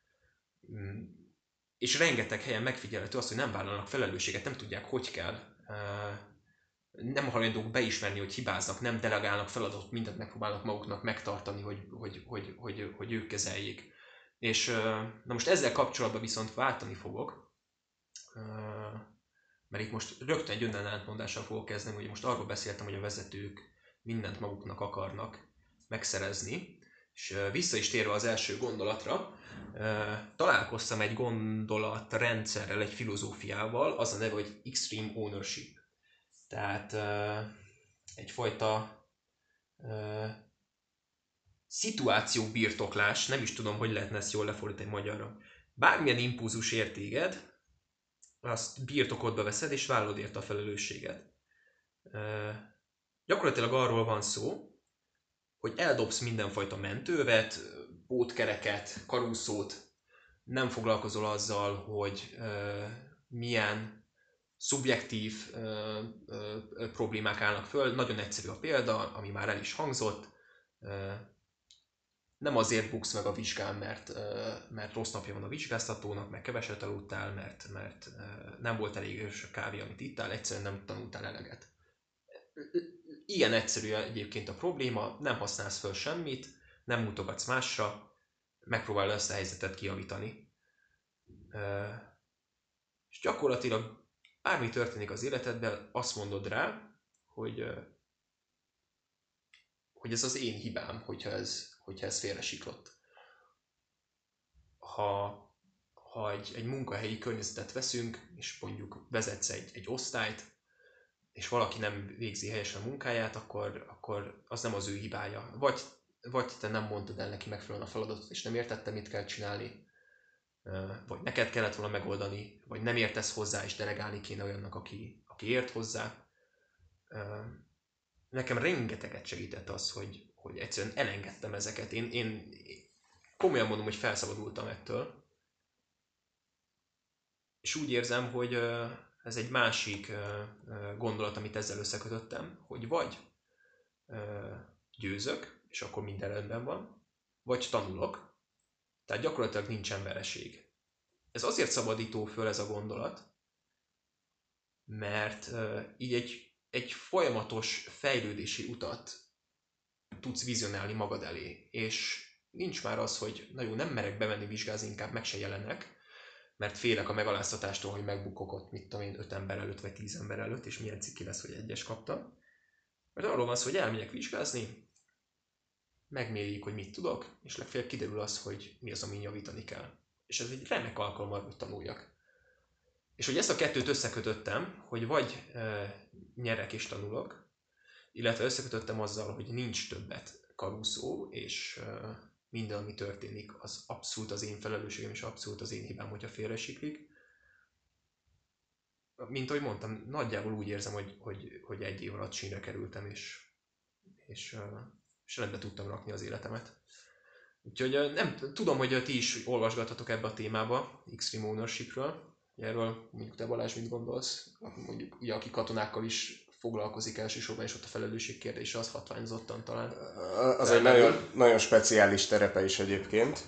Speaker 1: És rengeteg helyen megfigyelhető az, hogy nem vállalnak felelősséget, nem tudják, hogy kell. Nem hajlandók beismerni, hogy hibáznak, nem delegálnak feladatot, mindent megpróbálnak maguknak megtartani, hogy, hogy, hogy, hogy, hogy ők kezeljék. És na most ezzel kapcsolatban viszont váltani fogok, mert itt most rögtön egy önállentmondással fogok kezdeni, hogy most arról beszéltem, hogy a vezetők mindent maguknak akarnak megszerezni, és vissza is térve az első gondolatra, találkoztam egy gondolatrendszerrel, egy filozófiával, az a neve, hogy Extreme Ownership. Tehát egyfajta szituációbirtoklás, nem is tudom, hogy lehetne ezt jól lefordítani magyarra. Bármilyen impulzus ér téged, azt birtokodba veszed, és vállalod érte a felelősséget. Gyakorlatilag arról van szó, hogy eldobsz mindenfajta mentővet, pótkereket, karuszót, nem foglalkozol azzal, hogy uh, milyen szubjektív uh, uh, problémák állnak föl. Nagyon egyszerű a példa, ami már el is hangzott. Uh, nem azért buksz meg a vizsgán, mert, uh, mert rossz napja van a vizsgáztatónak, meg keveset aludtál, mert, mert uh, nem volt elég erős a kávé, amit ittál, egyszerűen nem tanultál eleget. Ilyen egyszerű egyébként a probléma, nem használsz föl semmit, nem mutogatsz másra, megpróbálod ezt a helyzetet kijavítani. És gyakorlatilag bármi történik az életedben, azt mondod rá, hogy, hogy ez az én hibám, hogyha ez, hogyha ez félresiklott. Ha, ha egy, egy munkahelyi környezetet veszünk, és mondjuk vezetsz egy, egy osztályt, és valaki nem végzi helyesen a munkáját, akkor, akkor az nem az ő hibája. Vagy, vagy te nem mondtad el neki megfelelően a feladatot, és nem értette, mit kell csinálni. vagy neked kellett volna megoldani, vagy nem értesz hozzá, és delegálni kéne olyannak, aki, aki ért hozzá. Nekem rengeteget segített az, hogy, hogy egyszerűen elengedtem ezeket. Én, én komolyan mondom, hogy felszabadultam ettől. És úgy érzem, hogy ez egy másik gondolat, amit ezzel összekötöttem, hogy vagy győzök, és akkor minden rendben van, vagy tanulok, tehát gyakorlatilag nincsen vereség. Ez azért szabadító föl ez a gondolat, mert így egy, egy folyamatos fejlődési utat tudsz vizionálni magad elé, és nincs már az, hogy na jó, nem merek bemenni vizsgázni, inkább meg se jelenek, mert félek a megaláztatástól, hogy megbukok ott, mit tudom én, öt ember előtt, vagy tíz ember előtt, és milyen cikki lesz, hogy egyes kaptam. Mert arról van szó, hogy elmegyek vizsgázni, megmérjük, hogy mit tudok, és legfeljebb kiderül az, hogy mi az, amin javítani kell. És ez egy remek alkalom, hogy tanuljak. És hogy ezt a kettőt összekötöttem, hogy vagy e, nyerek és tanulok, illetve összekötöttem azzal, hogy nincs többet karúszó, és e, minden, ami történik, az abszolút az én felelősségem, és abszolút az én hibám, hogyha félresiklik. Mint ahogy mondtam, nagyjából úgy érzem, hogy, hogy, hogy egy év alatt sínre kerültem, és, és, és rendbe tudtam rakni az életemet. Úgyhogy nem tudom, hogy ti is olvasgattatok ebbe a témába, Extreme Ownershipről. Erről mondjuk te, Balázs, mit gondolsz? Mondjuk, ugye, aki katonákkal is foglalkozik elsősorban, és ott a felelősség kérdése az hatványozottan talán.
Speaker 2: Az egy nagyon, nagyon speciális terepe is egyébként.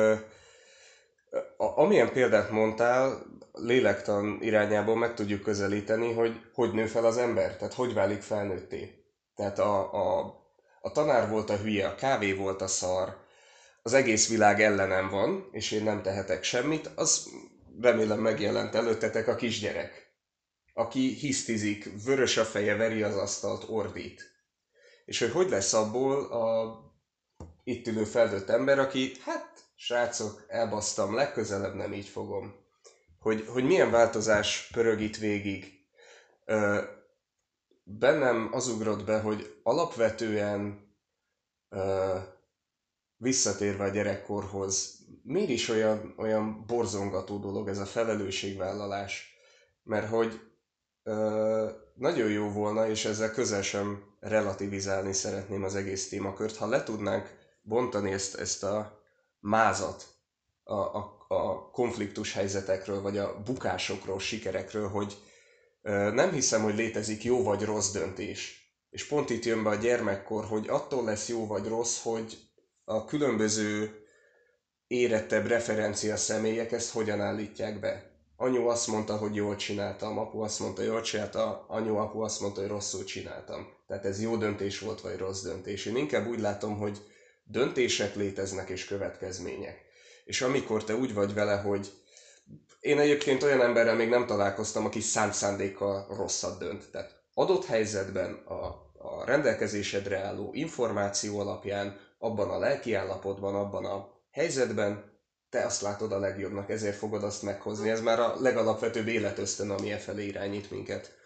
Speaker 2: Amilyen példát mondtál, lélektan irányából meg tudjuk közelíteni, hogy hogy nő fel az ember, tehát hogy válik felnőtté. Tehát a, a, a tanár volt a hülye, a kávé volt a szar, az egész világ ellenem van, és én nem tehetek semmit, az remélem megjelent előttetek a kisgyerek, aki hisztizik, vörös a feje, veri az asztalt, ordít. És hogy hogy lesz abból a itt ülő felnőtt ember, aki, hát srácok, elbasztam, legközelebb nem így fogom. Hogy, hogy milyen változás pörög itt végig. Ö, bennem az ugrott be, hogy alapvetően ö, visszatérve a gyerekkorhoz, miért is olyan, olyan borzongató dolog ez a felelősségvállalás? Mert hogy ö, nagyon jó volna, és ezzel közel sem relativizálni szeretném az egész témakört, ha le tudnánk bontani ezt, ezt a mázat a, a, a konfliktus helyzetekről, vagy a bukásokról, sikerekről, hogy ö, nem hiszem, hogy létezik jó vagy rossz döntés. És pont itt jön be a gyermekkor, hogy attól lesz jó vagy rossz, hogy a különböző érettebb referencia személyek ezt hogyan állítják be. Anyu azt mondta, hogy jól csináltam, apu azt mondta, hogy jól csináltam, anyu, apu azt mondta, hogy rosszul csináltam. Tehát ez jó döntés volt, vagy rossz döntés. Én inkább úgy látom, hogy döntések léteznek és következmények. És amikor te úgy vagy vele, hogy én egyébként olyan emberrel még nem találkoztam, aki szánt szándékkal rosszat dönt. Tehát adott helyzetben a, a rendelkezésedre álló információ alapján, abban a lelkiállapotban, abban a helyzetben te azt látod a legjobbnak, ezért fogod azt meghozni. Ez már a legalapvetőbb életösztön, ami e felé irányít minket.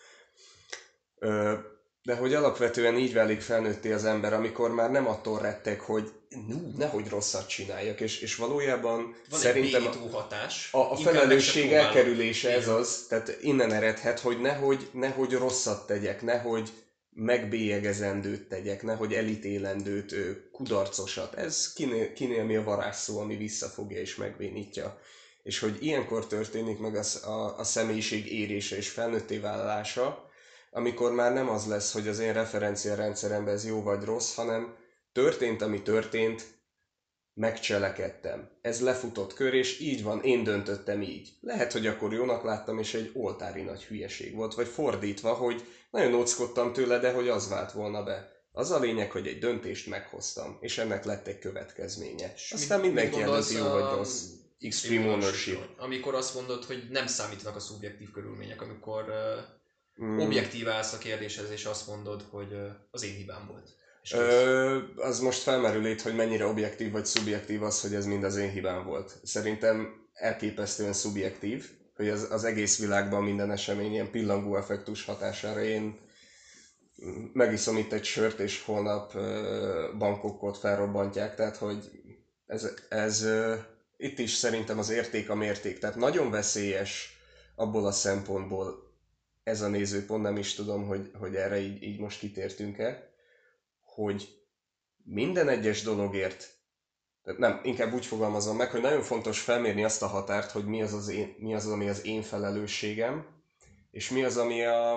Speaker 2: Ö, de hogy alapvetően így válik felnőtté az ember, amikor már nem attól retteg, hogy nú, nehogy rosszat csináljak, és, és valójában
Speaker 1: van
Speaker 2: szerintem
Speaker 1: egy hatás.
Speaker 2: a, a felelősség elkerülése ez az, tehát innen eredhet, hogy nehogy, nehogy rosszat tegyek, nehogy megbélyegezendőt tegyek, nehogy elítélendőt, kudarcosat. Ez kinél, kinél mi a varázsszó, ami visszafogja és megbénítja. És hogy ilyenkor történik meg a, a, a személyiség érése és felnőtté válása, amikor már nem az lesz, hogy az én referenciarendszeremben ez jó vagy rossz, hanem történt, ami történt, megcselekedtem. Ez lefutott kör, és így van, én döntöttem így. Lehet, hogy akkor jónak láttam, és egy oltári nagy hülyeség volt, vagy fordítva, hogy nagyon óckodtam tőle, de hogy az vált volna be. Az a lényeg, hogy egy döntést meghoztam, és ennek lett egy következménye. És aztán mindenki eldönti jó vagy rossz. Extreme ownership.
Speaker 1: Amikor azt mondod, hogy nem számítanak a szubjektív körülmények, amikor uh, mm. objektív állsz a kérdéshez, és azt mondod, hogy uh, az én hibám volt.
Speaker 2: Ö, az most felmerül itt, hogy mennyire objektív vagy szubjektív az, hogy ez mind az én hibám volt. Szerintem elképesztően szubjektív, hogy az, az egész világban minden esemény ilyen pillangó effektus hatására én megiszom itt egy sört, és holnap uh, Bangkokot felrobbantják, tehát hogy ez, ez uh, itt is szerintem az érték a mérték. Tehát nagyon veszélyes abból a szempontból ez a nézőpont, nem is tudom, hogy, hogy erre így, így most kitértünk-e, hogy minden egyes dologért, tehát nem, inkább úgy fogalmazom meg, hogy nagyon fontos felmérni azt a határt, hogy mi az, az, én, mi az, ami az én felelősségem, és mi az, ami a,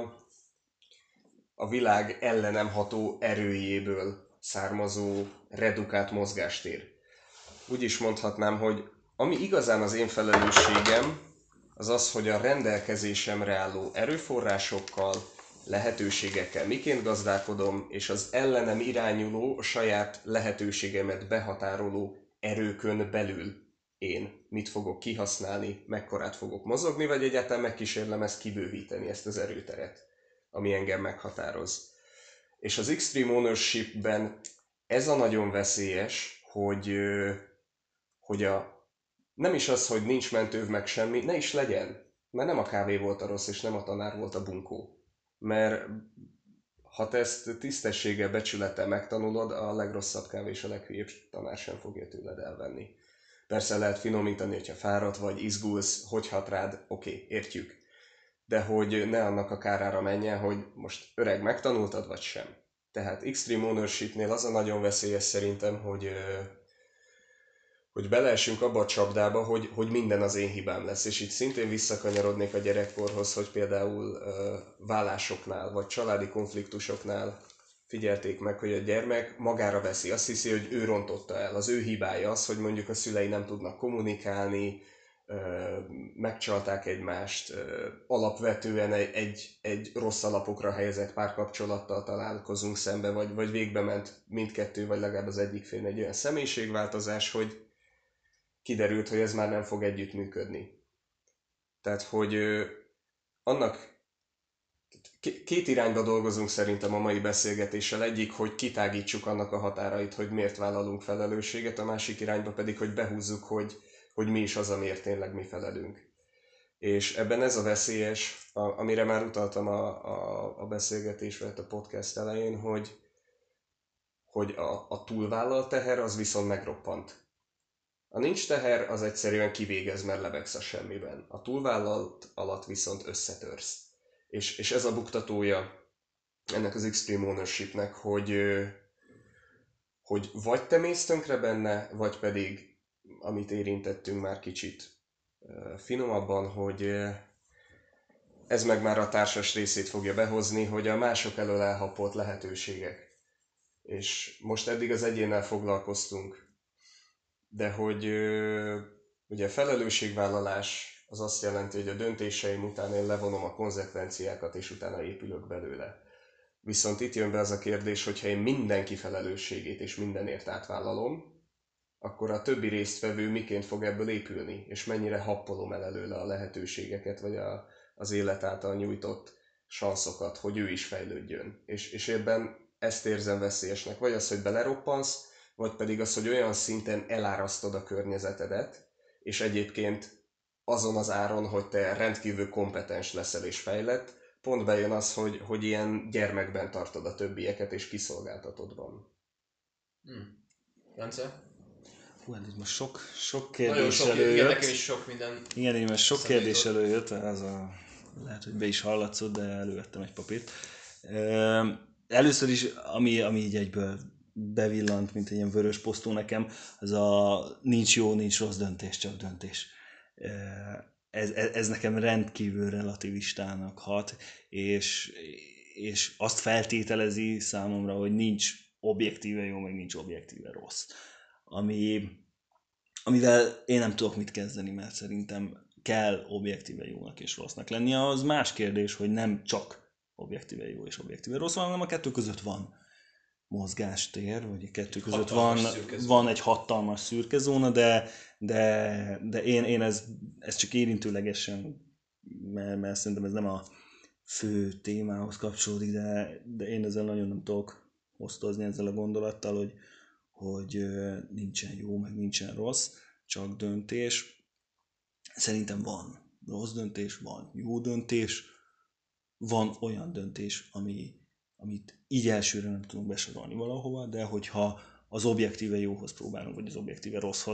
Speaker 2: a világ ellenem ható erőjéből származó redukált mozgástér. Úgy is mondhatnám, hogy ami igazán az én felelősségem, az az, hogy a rendelkezésemre álló erőforrásokkal, lehetőségekkel miként gazdálkodom, és az ellenem irányuló, a saját lehetőségemet behatároló erőkön belül én mit fogok kihasználni, mekkorát fogok mozogni, vagy egyáltalán megkísérlem ezt kibővíteni, ezt az erőteret, ami engem meghatároz. És az Extreme Ownership-ben ez a nagyon veszélyes, hogy, hogy a, nem is az, hogy nincs mentőv meg semmi, ne is legyen. Mert nem a kávé volt a rossz, és nem a tanár volt a bunkó. Mert ha te ezt tisztességgel, becsülettel megtanulod, a legrosszabb kávé és a leghülyébb tanár sem fogja tőled elvenni. Persze lehet finomítani, hogyha fáradt vagy, izgulsz, hogy hat rád, oké, okay, értjük. De hogy ne annak a kárára menjen, hogy most öreg megtanultad, vagy sem. Tehát Extreme Ownership-nél az a nagyon veszélyes szerintem, hogy, hogy beleesünk abba a csapdába, hogy, hogy minden az én hibám lesz. És itt szintén visszakanyarodnék a gyerekkorhoz, hogy például uh, vállásoknál, vagy családi konfliktusoknál figyelték meg, hogy a gyermek magára veszi. Azt hiszi, hogy ő rontotta el. Az ő hibája az, hogy mondjuk a szülei nem tudnak kommunikálni, megcsalták egymást, alapvetően egy, egy, egy rossz alapokra helyezett párkapcsolattal találkozunk szembe, vagy, vagy végbe ment mindkettő, vagy legalább az egyik fél egy olyan személyiségváltozás, hogy kiderült, hogy ez már nem fog együttműködni. Tehát, hogy annak két irányba dolgozunk szerintem a mai beszélgetéssel. Egyik, hogy kitágítsuk annak a határait, hogy miért vállalunk felelősséget, a másik irányba pedig, hogy behúzzuk, hogy hogy mi is az, amiért tényleg mi felelünk. És ebben ez a veszélyes, a, amire már utaltam a, a, a beszélgetés, vagy a podcast elején, hogy, hogy a, a túlvállalt teher az viszont megroppant. A nincs teher, az egyszerűen kivégez, mert lebegsz a semmiben. A túlvállalt alatt viszont összetörsz. És, és ez a buktatója ennek az Extreme Ownershipnek, hogy, hogy vagy te mész tönkre benne, vagy pedig amit érintettünk már kicsit finomabban, hogy ez meg már a társas részét fogja behozni, hogy a mások elől elhapolt lehetőségek. És most eddig az egyénnel foglalkoztunk, de hogy ugye a felelősségvállalás az azt jelenti, hogy a döntéseim után én levonom a konzekvenciákat, és utána épülök belőle. Viszont itt jön be az a kérdés, hogyha én mindenki felelősségét és mindenért átvállalom, akkor a többi résztvevő miként fog ebből épülni, és mennyire happolom el előle a lehetőségeket, vagy a, az élet által nyújtott sanszokat, hogy ő is fejlődjön. És, és ebben ezt érzem veszélyesnek. Vagy az, hogy beleroppansz, vagy pedig az, hogy olyan szinten elárasztod a környezetedet, és egyébként azon az áron, hogy te rendkívül kompetens leszel és fejlett, pont bejön az, hogy, hogy ilyen gyermekben tartod a többieket, és kiszolgáltatod van.
Speaker 1: Hmm. Jance?
Speaker 3: Hú, hát itt most sok, sok kérdés
Speaker 1: Nagyon sok,
Speaker 3: előjött.
Speaker 1: igen, nekem is sok minden.
Speaker 3: Igen, én most sok kérdés előjött, ez a, lehet, hogy be is hallatszott, de elővettem egy papírt. Először is, ami, ami így egyből bevillant, mint egy ilyen vörös posztó nekem, az a nincs jó, nincs rossz döntés, csak döntés. Ez, ez, ez nekem rendkívül relativistának hat, és, és azt feltételezi számomra, hogy nincs objektíve jó, meg nincs objektíve rossz. Ami, amivel én nem tudok mit kezdeni, mert szerintem kell objektíve jónak és rossznak lennie. Az más kérdés, hogy nem csak objektíve jó és objektíve rossz van, hanem a kettő között van mozgástér, vagy a kettő között van, van egy hatalmas szürke zóna, de, de, de én, én ez, ez csak érintőlegesen, mert, mert szerintem ez nem a fő témához kapcsolódik, de, de én ezzel nagyon nem tudok osztozni ezzel a gondolattal, hogy, hogy nincsen jó, meg nincsen rossz, csak döntés. Szerintem van rossz döntés, van jó döntés, van olyan döntés, ami, amit így elsőre nem tudunk besorolni valahova, de hogyha az objektíve jóhoz próbálunk, vagy az objektíve rosszhoz,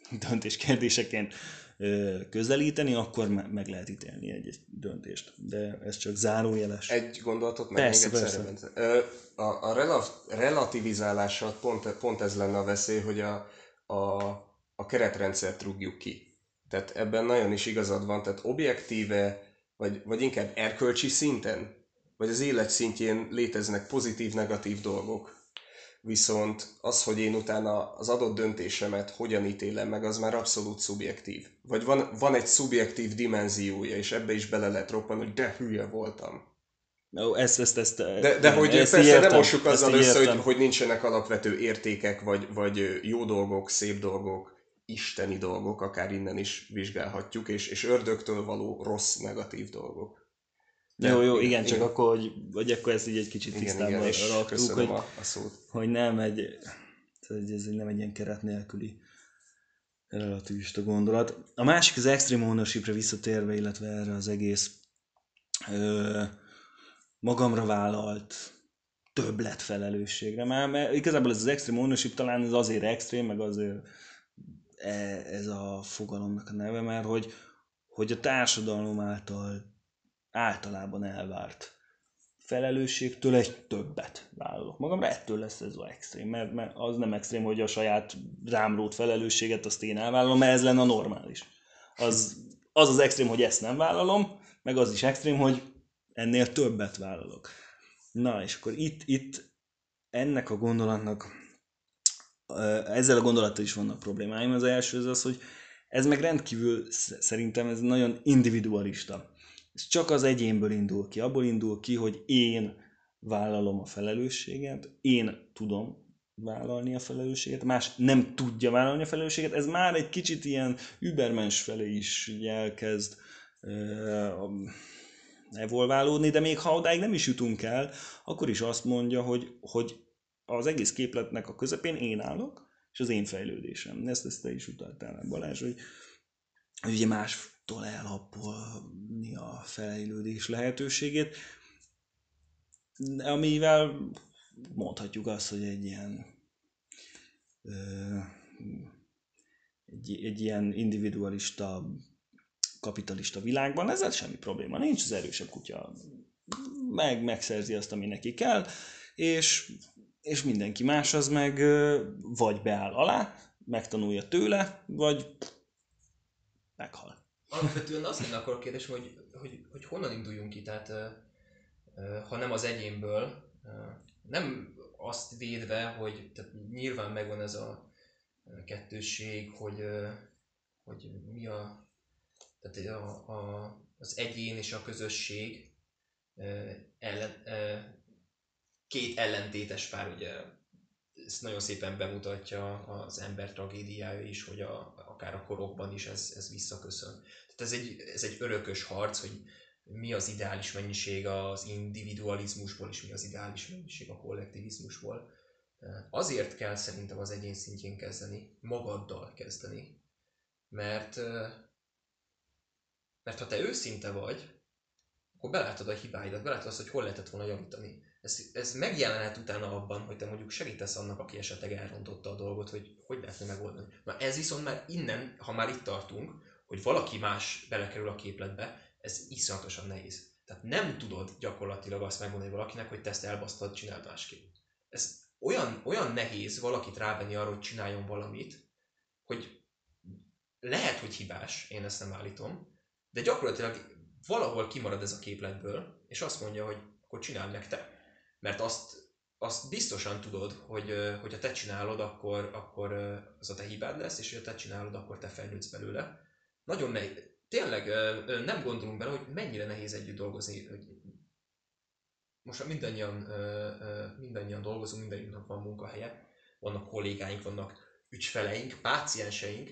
Speaker 3: döntéskérdéseként közelíteni, akkor meg lehet ítélni egy döntést. De ez csak zárójeles.
Speaker 2: Egy gondolatot meg
Speaker 3: Persze,
Speaker 2: még egyszerre.
Speaker 3: persze.
Speaker 2: A, a rela- relativizálással pont, pont ez lenne a veszély, hogy a, a, a keretrendszert rúgjuk ki. Tehát ebben nagyon is igazad van, tehát objektíve, vagy, vagy inkább erkölcsi szinten, vagy az élet szintjén léteznek pozitív-negatív dolgok. Viszont az, hogy én utána az adott döntésemet hogyan ítélem meg, az már abszolút szubjektív. Vagy van, van egy szubjektív dimenziója, és ebbe is bele lehet roppanni, hogy de hülye voltam.
Speaker 3: Ó, ezt, ezt, ezt,
Speaker 2: De, de hogy
Speaker 3: ezt
Speaker 2: persze
Speaker 3: értem,
Speaker 2: nem mossuk azzal össze, hogy,
Speaker 3: hogy...
Speaker 2: hogy nincsenek alapvető értékek, vagy, vagy jó dolgok, szép dolgok, isteni dolgok, akár innen is vizsgálhatjuk, és, és ördögtől való rossz, negatív dolgok.
Speaker 3: De jó, jó, igen,
Speaker 2: igen,
Speaker 3: csak
Speaker 2: igen.
Speaker 3: akkor, hogy, vagy akkor ezt így egy kicsit tisztában raktuk, hogy,
Speaker 2: a, a szót.
Speaker 3: hogy nem egy, ez nem egy ilyen keret nélküli relativista gondolat. A másik az extreme ownership-re visszatérve, illetve erre az egész ö, magamra vállalt többlet felelősségre. Már, mert igazából ez az extreme ownership talán ez azért extrém, meg azért ez a fogalomnak a neve, mert hogy, hogy a társadalom által általában elvárt felelősségtől egy többet vállalok magamra, ettől lesz ez az extrém, mert, mert az nem extrém, hogy a saját rámrót felelősséget azt én elvállalom, mert ez lenne a normális. Az az, az extrém, hogy ezt nem vállalom, meg az is extrém, hogy ennél többet vállalok. Na, és akkor itt, itt ennek a gondolatnak, ezzel a gondolattal is vannak problémáim. Az első az az, hogy ez meg rendkívül szerintem ez nagyon individualista. Ez csak az egyénből indul ki. Abból indul ki, hogy én vállalom a felelősséget, én tudom vállalni a felelősséget, más nem tudja vállalni a felelősséget. Ez már egy kicsit ilyen übermens felé is elkezd uh, evolválódni, de még ha odáig nem is jutunk el, akkor is azt mondja, hogy, hogy az egész képletnek a közepén én állok, és az én fejlődésem. Ezt, ezt te is utaltál, Balázs, hogy, hogy ugye mástól elhappolni a fejlődés lehetőségét, amivel mondhatjuk azt, hogy egy ilyen ö, egy, egy ilyen individualista, kapitalista világban ezzel semmi probléma nincs, az erősebb kutya meg, megszerzi azt, ami neki kell, és, és mindenki más az meg vagy beáll alá, megtanulja tőle, vagy meghal.
Speaker 1: Alapvetően az lenne akkor a kérdés, hogy, hogy, hogy honnan induljunk ki, tehát ha nem az egyénből, nem azt védve, hogy tehát nyilván megvan ez a kettősség, hogy, hogy mi a, tehát a, a, az egyén és a közösség ellen, két ellentétes pár, ugye ezt nagyon szépen bemutatja az ember tragédiája is, hogy a, akár a korokban is ez, ez visszaköszön. Tehát ez egy, ez egy örökös harc, hogy mi az ideális mennyiség az individualizmusból, és mi az ideális mennyiség a kollektivizmusból. Azért kell szerintem az egyén szintjén kezdeni, magaddal kezdeni, mert, mert ha te őszinte vagy, akkor belátod a hibáidat, belátod azt, hogy hol lehetett volna javítani. Ez, ez megjelenhet utána abban, hogy te mondjuk segítesz annak, aki esetleg elrontotta a dolgot, hogy hogy lehetne megoldani. Na ez viszont már innen, ha már itt tartunk, hogy valaki más belekerül a képletbe, ez iszonyatosan nehéz. Tehát nem tudod gyakorlatilag azt megmondani valakinek, hogy te ezt elbasztad, csináld másképp. Ez olyan, olyan nehéz valakit rávenni arra, hogy csináljon valamit, hogy lehet, hogy hibás, én ezt nem állítom, de gyakorlatilag valahol kimarad ez a képletből, és azt mondja, hogy akkor csináld meg te. Mert azt, azt biztosan tudod, hogy hogyha te csinálod, akkor, akkor az a te hibád lesz, és hogyha te csinálod, akkor te fejlődsz belőle. Nagyon nehéz. Tényleg nem gondolunk bele, hogy mennyire nehéz együtt dolgozni. Most mindannyian, mindannyian dolgozunk, mindannyiunknak van munkahelye, vannak kollégáink, vannak ügyfeleink, pácienseink.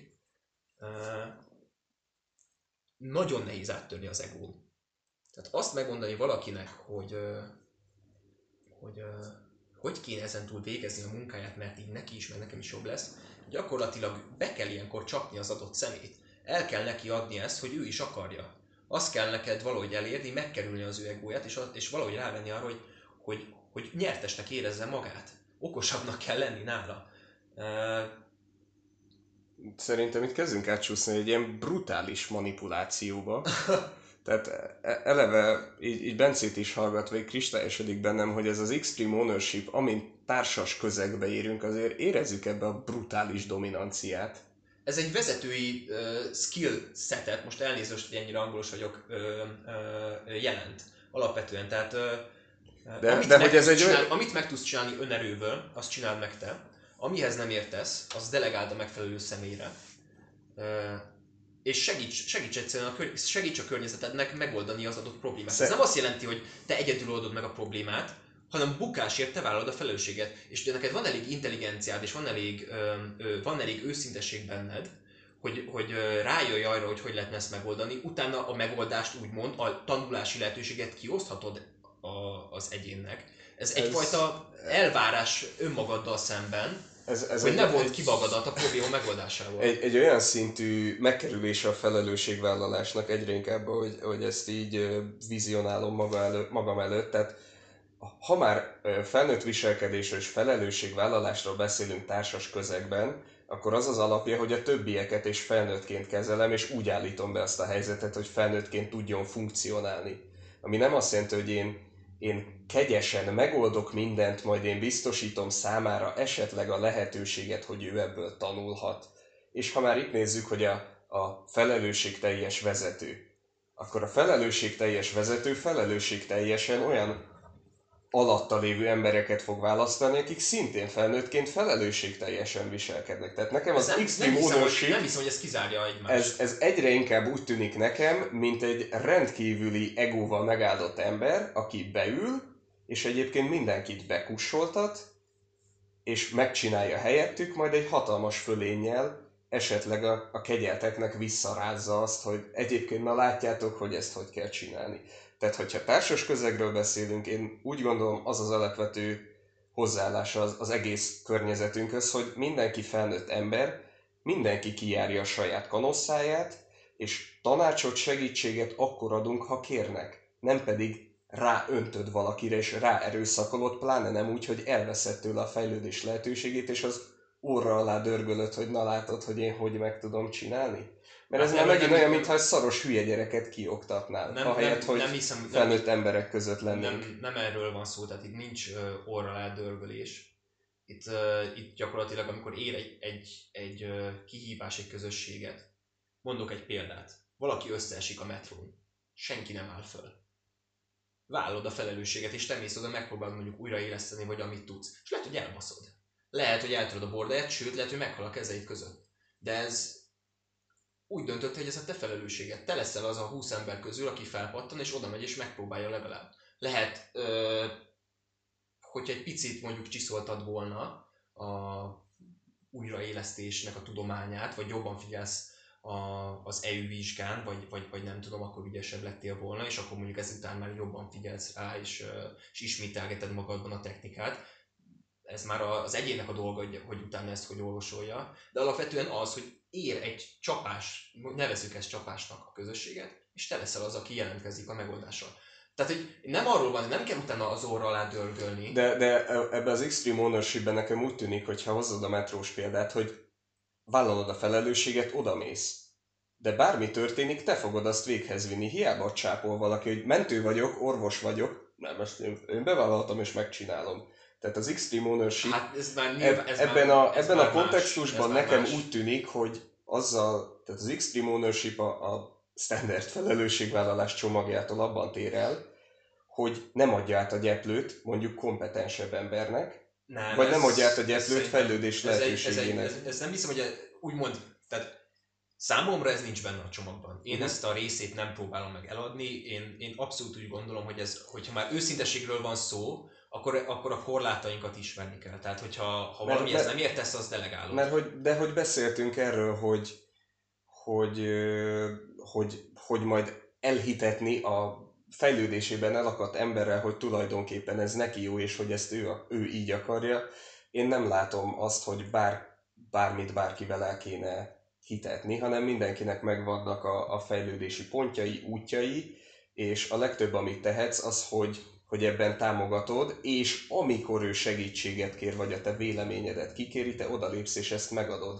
Speaker 1: Nagyon nehéz áttörni az egón. Tehát azt megmondani valakinek, hogy hogy, hogy kéne ezentúl végezni a munkáját, mert így neki is, meg nekem is jobb lesz, gyakorlatilag be kell ilyenkor csapni az adott szemét. El kell neki adni ezt, hogy ő is akarja. Azt kell neked valahogy elérni, megkerülni az ő egóját, és, és valahogy rávenni arra, hogy, hogy, hogy nyertesnek érezze magát. Okosabbnak kell lenni nála.
Speaker 2: szerintem itt kezdünk átsúszni egy ilyen brutális manipulációba. Tehát eleve így, így Bencét is hallgatva, így kristályosodik bennem, hogy ez az Extreme Ownership, amint társas közegbe érünk, azért érezzük ebbe a brutális dominanciát.
Speaker 1: Ez egy vezetői uh, skill setet, most elnézést, hogy ennyire angolos vagyok, uh, uh, jelent alapvetően. Tehát uh,
Speaker 2: de,
Speaker 1: amit,
Speaker 2: de
Speaker 1: meg
Speaker 2: hogy ez egy
Speaker 1: csinál,
Speaker 2: olyan...
Speaker 1: amit meg tudsz csinálni önerőből, azt csináld meg te. Amihez nem értesz, az delegáld a megfelelő személyre. Uh, és segíts, segíts egyszerűen a, kör, segíts a környezetednek megoldani az adott problémát. Szer- Ez nem azt jelenti, hogy te egyedül oldod meg a problémát, hanem bukásért te vállalod a felelősséget. És ugye neked van elég intelligenciád, és van elég, ö, ö, van elég őszintesség benned, hogy, hogy ö, rájöjj arra, hogy hogy lehetne ezt megoldani. Utána a megoldást úgymond, a tanulási lehetőséget kioszthatod a, az egyénnek. Ez, ez egyfajta elvárás önmagaddal szemben, ez, ez hogy ne volt ki magadat a probléma megoldásával.
Speaker 2: Egy, egy olyan szintű megkerülése a felelősségvállalásnak egyre inkább, hogy, hogy ezt így vizionálom maga elő, magam előtt. Tehát ha már felnőtt viselkedésről és felelősségvállalásról beszélünk társas közegben, akkor az az alapja, hogy a többieket és felnőttként kezelem, és úgy állítom be azt a helyzetet, hogy felnőttként tudjon funkcionálni. Ami nem azt jelenti, hogy én én kegyesen megoldok mindent, majd én biztosítom számára esetleg a lehetőséget, hogy ő ebből tanulhat. És ha már itt nézzük, hogy a, a felelősségteljes vezető, akkor a felelősségteljes vezető felelősségteljesen olyan alatta lévő embereket fog választani, akik szintén felnőttként felelősségteljesen viselkednek. Tehát nekem az Extreme Ownership...
Speaker 1: Nem hiszem, hogy ez kizárja egymást.
Speaker 2: Ez, ez egyre inkább úgy tűnik nekem, mint egy rendkívüli egóval megáldott ember, aki beül, és egyébként mindenkit bekussoltat, és megcsinálja helyettük, majd egy hatalmas fölénnyel esetleg a, a kegyelteknek visszarázza azt, hogy egyébként na látjátok, hogy ezt hogy kell csinálni. Tehát, hogyha társas közegről beszélünk, én úgy gondolom, az az alapvető hozzáállása az, az egész környezetünkhöz, hogy mindenki felnőtt ember, mindenki kijárja a saját kanosszáját, és tanácsot, segítséget akkor adunk, ha kérnek. Nem pedig ráöntöd valakire, és ráerőszakolod, pláne nem úgy, hogy elveszed tőle a fejlődés lehetőségét, és az orra alá dörgölöd, hogy na látod, hogy én hogy meg tudom csinálni. Mert ez már megint olyan, mintha egy szaros hülye gyereket kioktatnál, nem, ahelyett, nem, hogy nem hiszem, felnőtt nem, emberek között lennénk.
Speaker 1: Nem, nem erről van szó, tehát itt nincs uh, orra alá dörgölés. Itt, uh, itt gyakorlatilag, amikor ér egy, egy, egy uh, kihívás, egy közösséget, mondok egy példát. Valaki összeesik a metrón, senki nem áll föl. Vállod a felelősséget, és te mész oda, megpróbálod mondjuk újraéleszteni, vagy amit tudsz. És lehet, hogy elbaszod. Lehet, hogy eltöröd a bordáját, sőt, lehet, hogy meghal a kezeid között. De ez úgy döntött, hogy ez a te felelősséged. Te leszel az a húsz ember közül, aki felpattan, és oda megy, és megpróbálja legalább. Lehet, ö, hogyha egy picit mondjuk csiszoltad volna a újraélesztésnek a tudományát, vagy jobban figyelsz a, az é u vizsgán, vagy, vagy, vagy nem tudom, akkor ügyesebb lettél volna, és akkor mondjuk ezután már jobban figyelsz rá, és, és ismételgeted magadban a technikát. Ez már az egyének a dolga, hogy, hogy utána ezt hogy orvosolja, de alapvetően az, hogy ér egy csapás, nevezzük ezt csapásnak a közösséget, és te leszel az, aki jelentkezik a megoldással. Tehát, hogy nem arról van, hogy nem kell utána az orra alá dörgölni.
Speaker 2: De, de ebbe az Extreme Ownership-ben nekem úgy tűnik, hogy ha hozod a metrós példát, hogy vállalod a felelősséget, odamész. De bármi történik, te fogod azt véghez vinni. Hiába csápol valaki, hogy mentő vagyok, orvos vagyok, nem, ezt én, én bevállaltam és megcsinálom. Tehát az Extreme Ownership
Speaker 1: hát ez már nyilván, ez
Speaker 2: ebben,
Speaker 1: már,
Speaker 2: a,
Speaker 1: ez
Speaker 2: ebben
Speaker 1: már
Speaker 2: a kontextusban
Speaker 1: más,
Speaker 2: nekem
Speaker 1: más.
Speaker 2: úgy tűnik, hogy azzal, tehát az Extreme Ownership a, a standard felelősségvállalás csomagjától abban tér el, hogy nem adja át a gyeplőt mondjuk kompetensebb embernek, nem, vagy ez, nem adja át a gyeplőt fejlődés lehetőségének.
Speaker 1: Ez, ez, ez, ez nem hiszem, hogy úgymond, tehát számomra ez nincs benne a csomagban. Én uh-huh. ezt a részét nem próbálom meg eladni, én, én abszolút úgy gondolom, hogy ez, hogyha már őszintességről van szó, akkor, akkor a korlátainkat ismerni kell. Tehát, hogyha ha valami mert, ezt nem értesz, az delegálod.
Speaker 2: Mert hogy, de hogy beszéltünk erről, hogy, hogy, hogy, hogy majd elhitetni a fejlődésében elakadt emberrel, hogy tulajdonképpen ez neki jó, és hogy ezt ő, ő így akarja. Én nem látom azt, hogy bár, bármit bárkivel el kéne hitetni, hanem mindenkinek megvannak a, a fejlődési pontjai, útjai, és a legtöbb, amit tehetsz, az, hogy, hogy ebben támogatod, és amikor ő segítséget kér, vagy a te véleményedet kikéri, te odalépsz, és ezt megadod.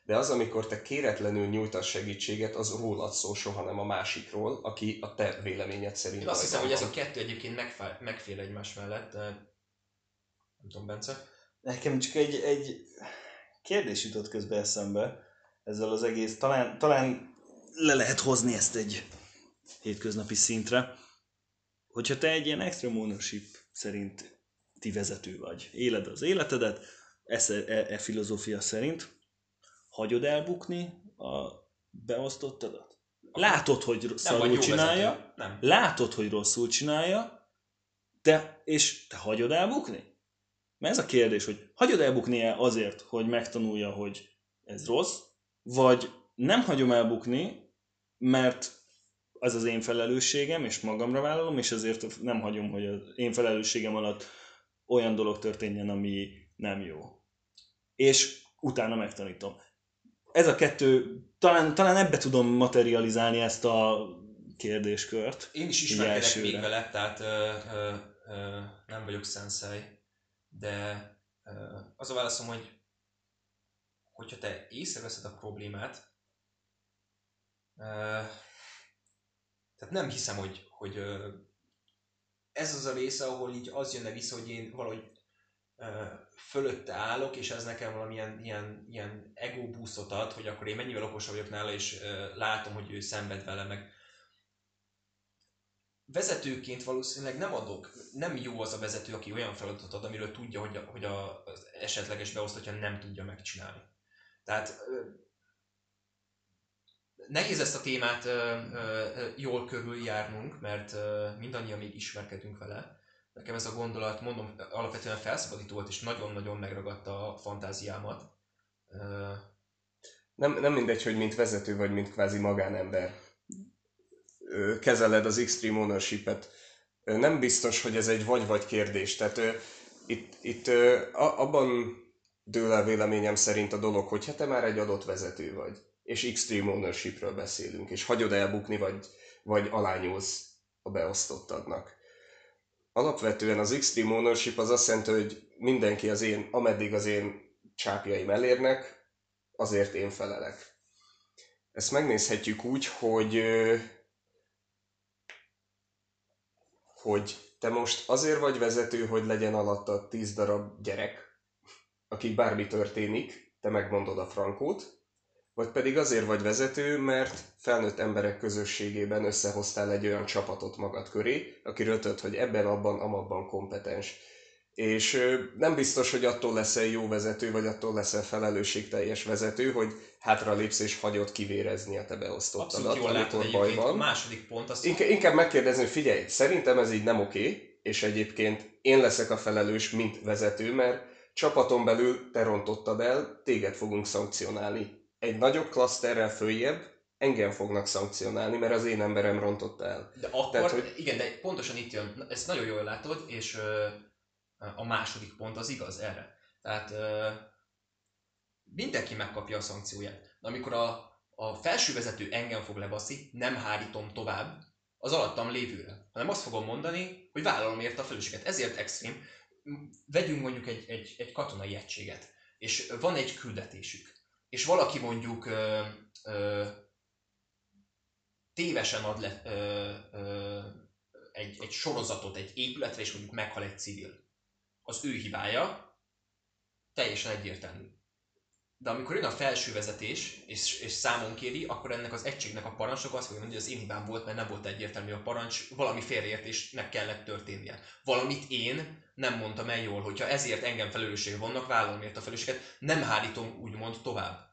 Speaker 2: de az, amikor te kéretlenül nyújtasz segítséget, az rólad szól, soha nem a másikról, aki a te véleményed szerint
Speaker 1: Én azt hiszem,
Speaker 2: bajban
Speaker 1: hogy ez
Speaker 2: van.
Speaker 1: a kettő egyébként megfél, megfél egymás mellett, de nem tudom, Bence.
Speaker 3: Nekem csak egy, egy kérdés jutott közben eszembe ezzel az egész. Talán, talán le lehet hozni ezt egy hétköznapi szintre. Hogyha te egy ilyen extreme ownership szerint ti vezető vagy, éled az életedet, e, e, e filozófia szerint, hagyod elbukni a beosztottadat? Látod, hogy szarul csinálja,
Speaker 1: vezető. Nem.
Speaker 3: látod, hogy rosszul csinálja, te, és te hagyod elbukni? Mert ez a kérdés, hogy hagyod elbukni-e azért, hogy megtanulja, hogy ez rossz, vagy nem hagyom elbukni, mert az az én felelősségem, és magamra vállalom, és ezért nem hagyom, hogy az én felelősségem alatt olyan dolog történjen, ami nem jó. És utána megtanítom. Ez a kettő, talán, talán ebbe tudom materializálni ezt a kérdéskört.
Speaker 1: Én is ismerkedek még vele, tehát ö, ö, ö, nem vagyok szenszei, de ö, az a válaszom, hogy hogyha te észreveszed a problémát, ö, tehát nem hiszem, hogy, hogy ö, ez az a része, ahol így az jönne vissza, hogy én valahogy ö, fölötte állok, és ez nekem valamilyen ilyen, ilyen ego boostot ad, hogy akkor én mennyivel okosabb vagyok nála, és ö, látom, hogy ő szenved vele, meg vezetőként valószínűleg nem adok, nem jó az a vezető, aki olyan feladatot ad, amiről tudja, hogy, a, hogy a, az esetleges beosztottja nem tudja megcsinálni. Tehát ö, nehéz ezt a témát ö, ö, jól körüljárnunk, mert ö, mindannyian még ismerkedünk vele. Nekem ez a gondolat, mondom, alapvetően felszabadító volt, és nagyon-nagyon megragadta a fantáziámat. Ö,
Speaker 2: Nem, nem mindegy, hogy mint vezető vagy, mint kvázi magánember ö, kezeled az extreme ownership-et. Ö, Nem biztos, hogy ez egy vagy-vagy kérdés. Tehát ö, itt, itt ö, a- abban dől el véleményem szerint a dolog, hogyha te már egy adott vezető vagy, és extreme ownershipről beszélünk, és hagyod elbukni, vagy, vagy alányulsz a beosztottadnak. Alapvetően az extreme ownership az azt jelenti, hogy mindenki az én, ameddig az én csápjaim elérnek, azért én felelek. Ezt megnézhetjük úgy, hogy, ö, hogy te most azért vagy vezető, hogy legyen alatta tíz darab gyerek, akik bármi történik, te megmondod a frankót, vagy pedig azért vagy vezető, mert felnőtt emberek közösségében összehoztál egy olyan csapatot magad köré, akiről tudod, hogy ebben, abban, amabban kompetens. És ö, nem biztos, hogy attól leszel jó vezető, vagy attól leszel felelősségteljes vezető, hogy hátra lépsz és hagyod kivérezni a te beosztottadat,
Speaker 1: abszolút jól látod
Speaker 2: amikor baj
Speaker 1: egyébként. A
Speaker 2: van.
Speaker 1: második pont az...
Speaker 2: Inkább, inkább megkérdezni, hogy figyelj, szerintem ez így nem oké, és egyébként én leszek a felelős, mint vezető, mert csapaton belül te rontottad el, téged fogunk szankcionálni. Egy nagyobb klaszterrel följebb engem fognak szankcionálni, mert az én emberem rontotta el.
Speaker 1: De akkor,
Speaker 2: Tehát, hogy-
Speaker 1: igen, de pontosan itt jön, ezt nagyon jól látod, és ö, a második pont az igaz erre. Tehát ö, mindenki megkapja a szankcióját. De amikor a, a felsővezető engem fog lebaszni, nem hárítom tovább az alattam lévőre, hanem azt fogom mondani, hogy vállalom érte a felelősséget. Ezért extrém. Vegyünk mondjuk egy, egy, egy katonai egységet, és van egy küldetésük, és valaki mondjuk ö, ö, tévesen ad le ö, ö, egy, egy sorozatot egy épületre, és mondjuk meghal egy civil. Az ő hibája teljesen egyértelmű. De amikor jön a felső vezetés, és, és számon kéri, akkor ennek az egységnek a parancsnoka azt fogja mondani, hogy az én hibám volt, mert nem volt egyértelmű a parancs, valami félreértésnek kellett történnie. Valamit én nem mondtam el jól, hogyha ezért engem felelősség vannak, vállalom ért a felelősséget, nem hárítom úgymond tovább.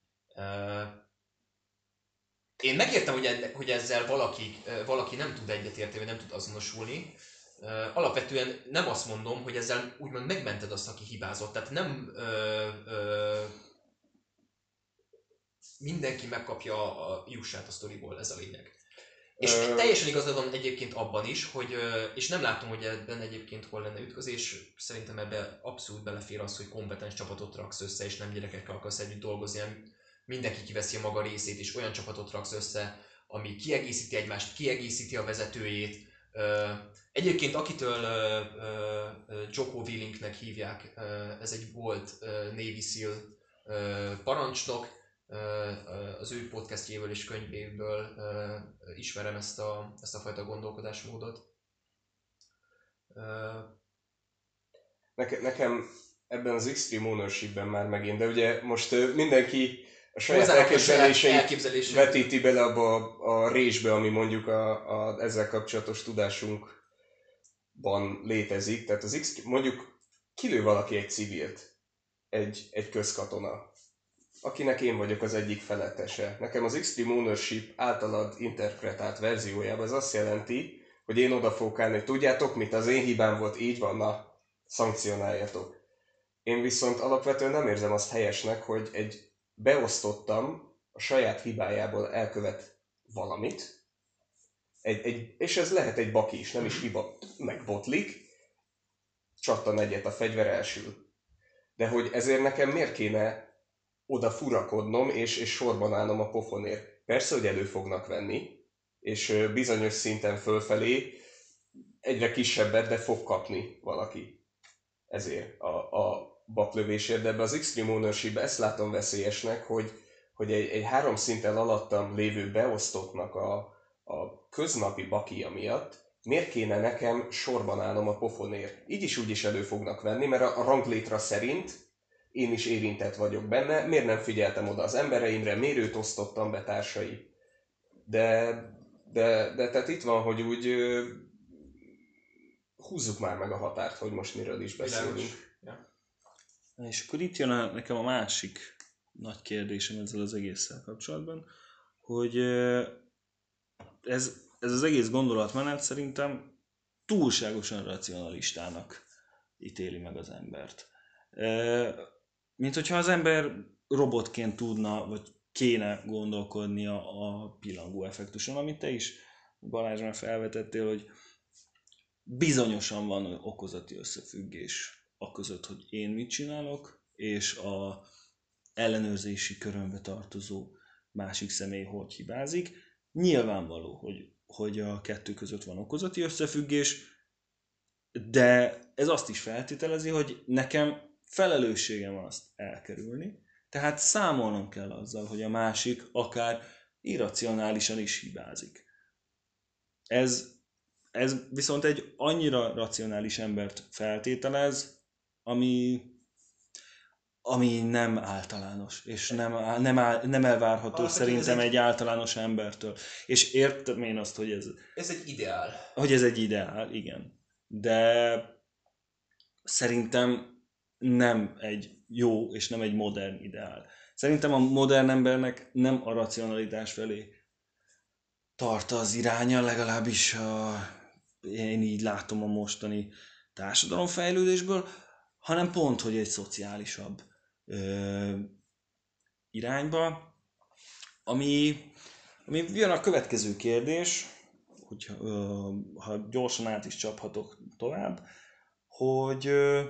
Speaker 1: Én megértem, hogy, enne, hogy ezzel valaki, valaki nem tud egyetérteni, vagy nem tud azonosulni. Alapvetően nem azt mondom, hogy ezzel úgymond megmented azt, aki hibázott. Tehát nem ö, ö, mindenki megkapja a jussát a sztoriból, ez a lényeg. És
Speaker 2: Ö...
Speaker 1: teljesen igazad van egyébként abban is, hogy, és nem látom, hogy ebben egyébként hol lenne ütközés, szerintem ebbe abszolút belefér az, hogy kompetens csapatot raksz össze, és nem gyerekekkel akarsz együtt dolgozni, hanem mindenki kiveszi a maga részét, és olyan csapatot raksz össze, ami kiegészíti egymást, kiegészíti a vezetőjét. Egyébként akitől Jocko Willinknek hívják, ez egy volt Navy SEAL parancsnok, az ő podcastjéből és könyvéből ismerem ezt a, ezt a fajta gondolkodásmódot.
Speaker 2: Nekem, nekem ebben az Extreme Ownership-ben már megint, de ugye most mindenki a saját elképzeléseit vetíti bele abba a, a résbe, ami mondjuk a, a ezzel kapcsolatos tudásunkban létezik. Tehát az Extreme, mondjuk kilő valaki egy civilt, egy, egy közkatona, akinek én vagyok az egyik felettese. Nekem az Extreme Ownership általad interpretált verziójában ez azt jelenti, hogy én oda fogok állni, hogy tudjátok mit, az én hibám volt, így van, na, szankcionáljatok. Én viszont alapvetően nem érzem azt helyesnek, hogy egy beosztottam a saját hibájából elkövet valamit, egy, egy, és ez lehet egy baki is, nem is hiba, megbotlik, csattan egyet, a fegyver elsül. De hogy ezért nekem miért kéne oda furakodnom, és, és sorban állnom a pofonért. Persze, hogy elő fognak venni, és bizonyos szinten fölfelé egyre kisebbet, de fog kapni valaki. Ezért a, a baklövésért, de ebbe az Extreme Ownership-be ezt látom veszélyesnek, hogy, hogy egy, egy három szinten alattam lévő beosztottnak a, a köznapi bakia miatt miért kéne nekem sorban állnom a pofonért. Így is úgy is elő fognak venni, mert a, a ranglétra szerint én is érintett vagyok benne, miért nem figyeltem oda az embereimre, mérőt osztottam be társai. De, de, de tehát itt van, hogy úgy ö, húzzuk már meg a határt, hogy most miről is beszélünk.
Speaker 1: Ja.
Speaker 3: És akkor itt jön a, nekem a másik nagy kérdésem ezzel az egésszel kapcsolatban, hogy ez, ez az egész gondolatmenet szerintem túlságosan racionalistának ítéli meg az embert. Mint hogyha az ember robotként tudna, vagy kéne gondolkodnia a pillangó effektuson, amit te is, Balázs, már felvetettél, hogy bizonyosan van okozati összefüggés a között, hogy én mit csinálok, és a ellenőrzési körömbe tartozó másik személy hogy hibázik. Nyilvánvaló, hogy, hogy a kettő között van okozati összefüggés, de ez azt is feltételezi, hogy nekem felelősségem van azt elkerülni, tehát számolnom kell azzal, hogy a másik akár irracionálisan is hibázik. Ez, ez viszont egy annyira racionális embert feltételez, ami, ami nem általános, és nem, nem, áll, nem elvárható ah, szerintem egy... egy általános embertől. És értem én azt, hogy ez...
Speaker 1: Ez egy ideál.
Speaker 3: Hogy ez egy ideál, igen. De szerintem nem egy jó és nem egy modern ideál. Szerintem a modern embernek nem a racionalitás felé tart az iránya, legalábbis a, én így látom a mostani társadalomfejlődésből, hanem pont, hogy egy szociálisabb ö, irányba, ami, ami jön a következő kérdés, hogyha, ö, ha gyorsan át is csaphatok tovább, hogy ö,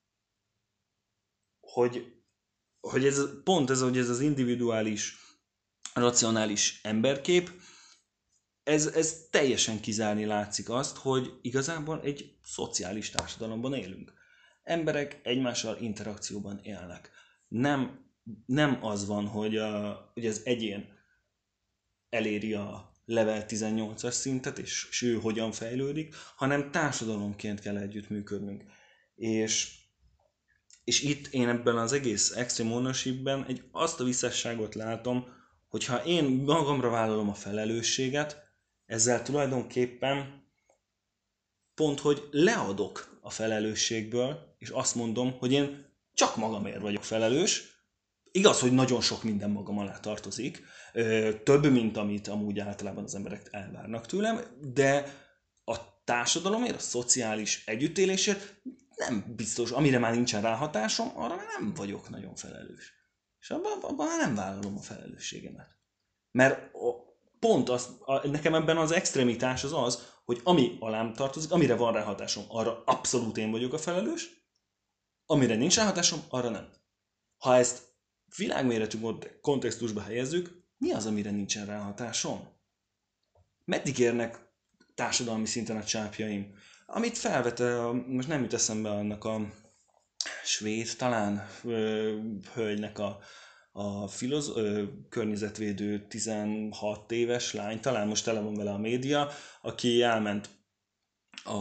Speaker 3: hogy, hogy ez pont ez, hogy ez az individuális, racionális emberkép, ez, ez teljesen kizárni látszik azt, hogy igazából egy szociális társadalomban élünk. Emberek egymással interakcióban élnek. Nem, nem az van, hogy, a, hogy az egyén eléri a level tizennyolcas szintet, és, és ő hogyan fejlődik, hanem társadalomként kell együttműködnünk. És És itt én ebben az egész Extreme Ownership-ben egy, azt a visszásságot látom, hogy ha én magamra vállalom a felelősséget, ezzel tulajdonképpen pont, hogy leadok a felelősségből, és azt mondom, hogy én csak magamért vagyok felelős. Igaz, hogy nagyon sok minden magam alá tartozik, több, mint amit amúgy általában az emberek elvárnak tőlem, de a társadalomért, a szociális együttélésért nem biztos, amire már nincsen ráhatásom, arra már nem vagyok nagyon felelős. És abban, abban már nem vállalom a felelősségemet. Mert pont az, a, nekem ebben az extremitás az az, hogy ami alám tartozik, amire van ráhatásom, arra abszolút én vagyok a felelős, amire nincs ráhatásom, arra nem. Ha ezt világméretű kontextusba helyezzük, mi az, amire nincsen ráhatásom? Meddig érnek társadalmi szinten a csápjaim? Amit felvet, most nem jut eszembe annak a svéd, talán hölgynek a, a filoz- ö, környezetvédő tizenhat éves lány, talán most tele van vele a média, aki elment a,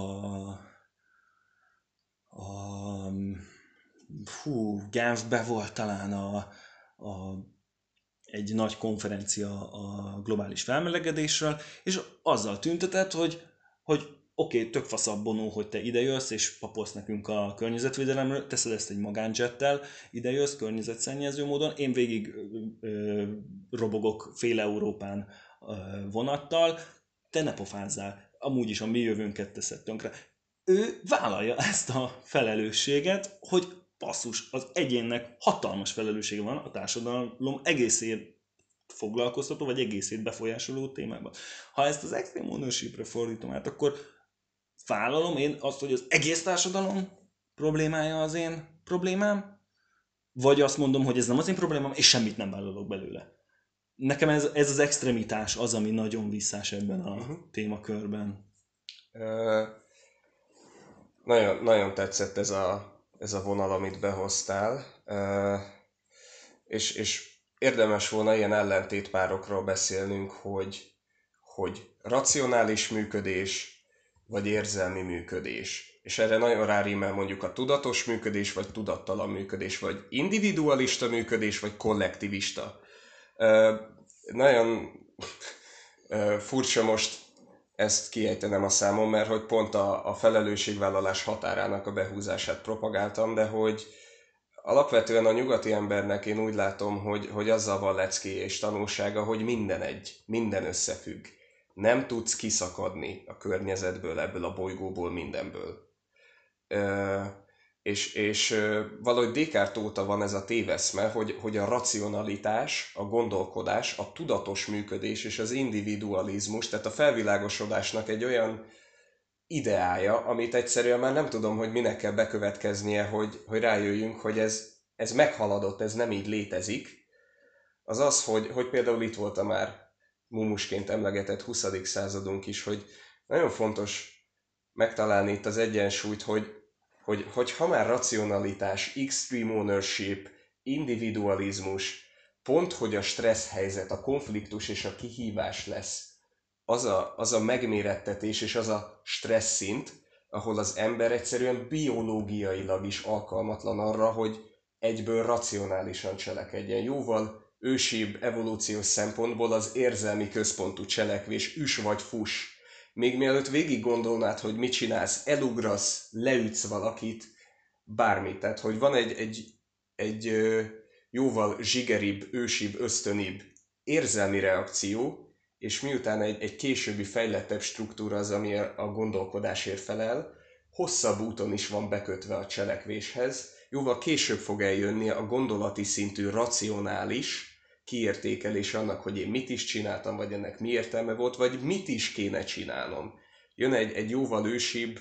Speaker 3: a hú, Genfbe volt talán a, a, egy nagy konferencia a globális felmelegedésről, és azzal tüntetett, hogy, hogy oké, okay, tök faszabbonó, hogy te idejössz, és papolsz nekünk a környezetvédelemről, teszed ezt egy magánjettel, idejössz környezetszennyező módon, én végig ö, ö, robogok fél Európán ö, vonattal, te ne pofázzál, amúgy is a mi jövőnket teszed tönkre. Ő vállalja ezt a felelősséget, hogy basszus, az egyénnek hatalmas felelőssége van a társadalom egészét foglalkoztató, vagy egészét befolyásoló témában. Ha ezt az extreme ownership-re fordítom át, akkor vállalom én azt, hogy az egész társadalom problémája az én problémám, vagy azt mondom, hogy ez nem az én problémám, és semmit nem vállalok belőle. Nekem ez, ez az extremitás az, ami nagyon visszás ebben a uh-huh. témakörben.
Speaker 2: Uh, nagyon, nagyon tetszett ez a, ez a vonal, amit behoztál, uh, és, és érdemes volna ilyen ellentétpárokról beszélnünk, hogy, hogy racionális működés, vagy érzelmi működés. És erre nagyon rárímel mondjuk a tudatos működés, vagy tudattalan működés, vagy individualista működés, vagy kollektivista. Uh, nagyon uh, furcsa most ezt kiejtenem a számon, mert hogy pont a, a felelősségvállalás határának a behúzását propagáltam, de hogy alapvetően a nyugati embernek én úgy látom, hogy, hogy azzal van leckéje és tanulsága, hogy minden egy, minden összefügg. Nem tudsz kiszakadni a környezetből, ebből a bolygóból, mindenből. Ö, és és valahogy Descartes óta van ez a téveszme, hogy, hogy a racionalitás, a gondolkodás, a tudatos működés és az individualizmus, tehát a felvilágosodásnak egy olyan ideája, amit egyszerűen már nem tudom, hogy minek kell bekövetkeznie, hogy, hogy rájöjjünk, hogy ez, ez meghaladott, ez nem így létezik. Az az, hogy, hogy például itt volt a már mumusként emlegetett huszadik századunk is, hogy nagyon fontos megtalálni itt az egyensúlyt, hogy, hogy, hogy ha már racionalitás, extreme ownership, individualizmus, pont hogy a stressz helyzet, a konfliktus és a kihívás lesz, az a, az a megmérettetés és az a stressz szint, ahol az ember egyszerűen biológiailag is alkalmatlan arra, hogy egyből racionálisan cselekedjen. Jóval ősibb evolúciós szempontból az érzelmi központú cselekvés, üs vagy fuss. Még mielőtt végig gondolnád, hogy mit csinálsz, elugrasz, leütsz valakit, bármit. Tehát, hogy van egy, egy, egy jóval zsigeribb, ősibb, ösztönibb érzelmi reakció, és miután egy, egy későbbi fejlettebb struktúra az, ami a gondolkodásért felel, hosszabb úton is van bekötve a cselekvéshez, jóval később fog eljönni a gondolati szintű racionális kiértékelés annak, hogy én mit is csináltam, vagy ennek mi értelme volt, vagy mit is kéne csinálnom. Jön egy, egy jóval ősibb,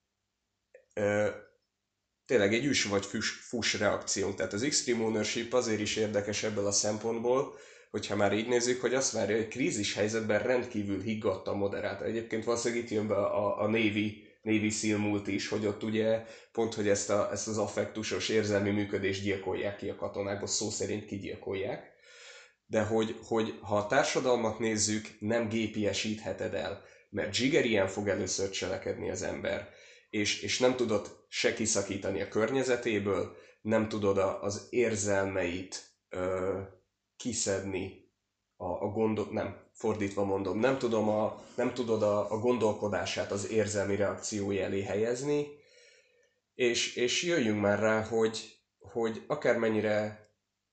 Speaker 2: ö, tényleg egy üs vagy fuss, fuss reakciónk. Tehát az extreme ownership azért is érdekes ebből a szempontból, hogyha már így nézzük, hogy azt várja, hogy krízis helyzetben rendkívül higgadtan moderált. Egyébként valószínűleg itt jön be a, a Navy, Navy SEAL múlt is, hogy ott ugye pont, hogy ezt, a, ezt az affektusos érzelmi működést gyilkolják ki a katonákból, szó szerint kigyilkolják. De hogy, hogy ha a társadalmat nézzük, nem gépiesítheted el, mert zsigerien fog először cselekedni az ember, és, és nem tudod se kiszakítani a környezetéből, nem tudod a, az érzelmeit ö, kiszedni a, a gondot, nem, fordítva mondom, nem, tudom a, nem tudod a, a gondolkodását az érzelmi reakciói elé helyezni, és, és jöjjünk már rá, hogy, hogy akármennyire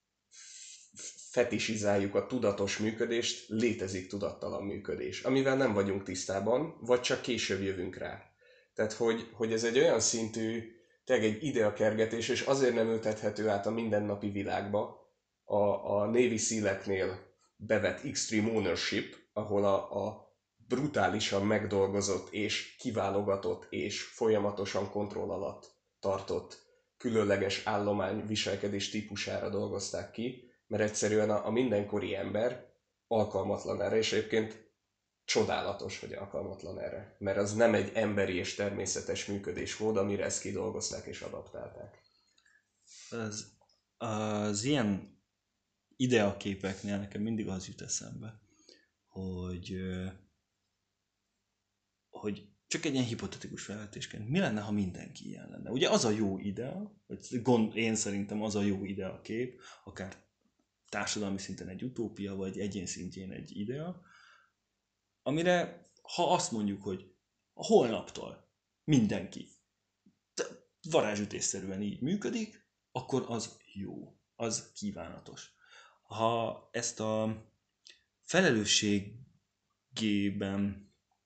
Speaker 2: fetisizáljuk a tudatos működést, létezik tudattalan működés, amivel nem vagyunk tisztában, vagy csak később jövünk rá. Tehát, hogy, hogy ez egy olyan szintű, tényleg egy ideakergetés, és azért nem ültethető át a mindennapi világba, a, a Navy SEAL-eknél bevett extreme ownership, ahol a, a brutálisan megdolgozott és kiválogatott és folyamatosan kontroll alatt tartott különleges állomány viselkedés típusára dolgozták ki, mert egyszerűen a, a mindenkori ember alkalmatlan erre, és egyébként csodálatos, hogy alkalmatlan erre, mert az nem egy emberi és természetes működésmód, amire ezt kidolgozták és adaptálták.
Speaker 3: Az, az ilyen ideaképeknél nekem mindig az jut eszembe, hogy, hogy csak egy ilyen hipotetikus felvetésként, mi lenne, ha mindenki ilyen lenne? Ugye az a jó idea, vagy gond, én szerintem az a jó idea kép, akár társadalmi szinten egy utópia, vagy egyén szintjén egy idea, amire ha azt mondjuk, hogy a holnaptól mindenki varázsütésszerűen így működik, akkor az jó, az kívánatos. Ha ezt a felelősségében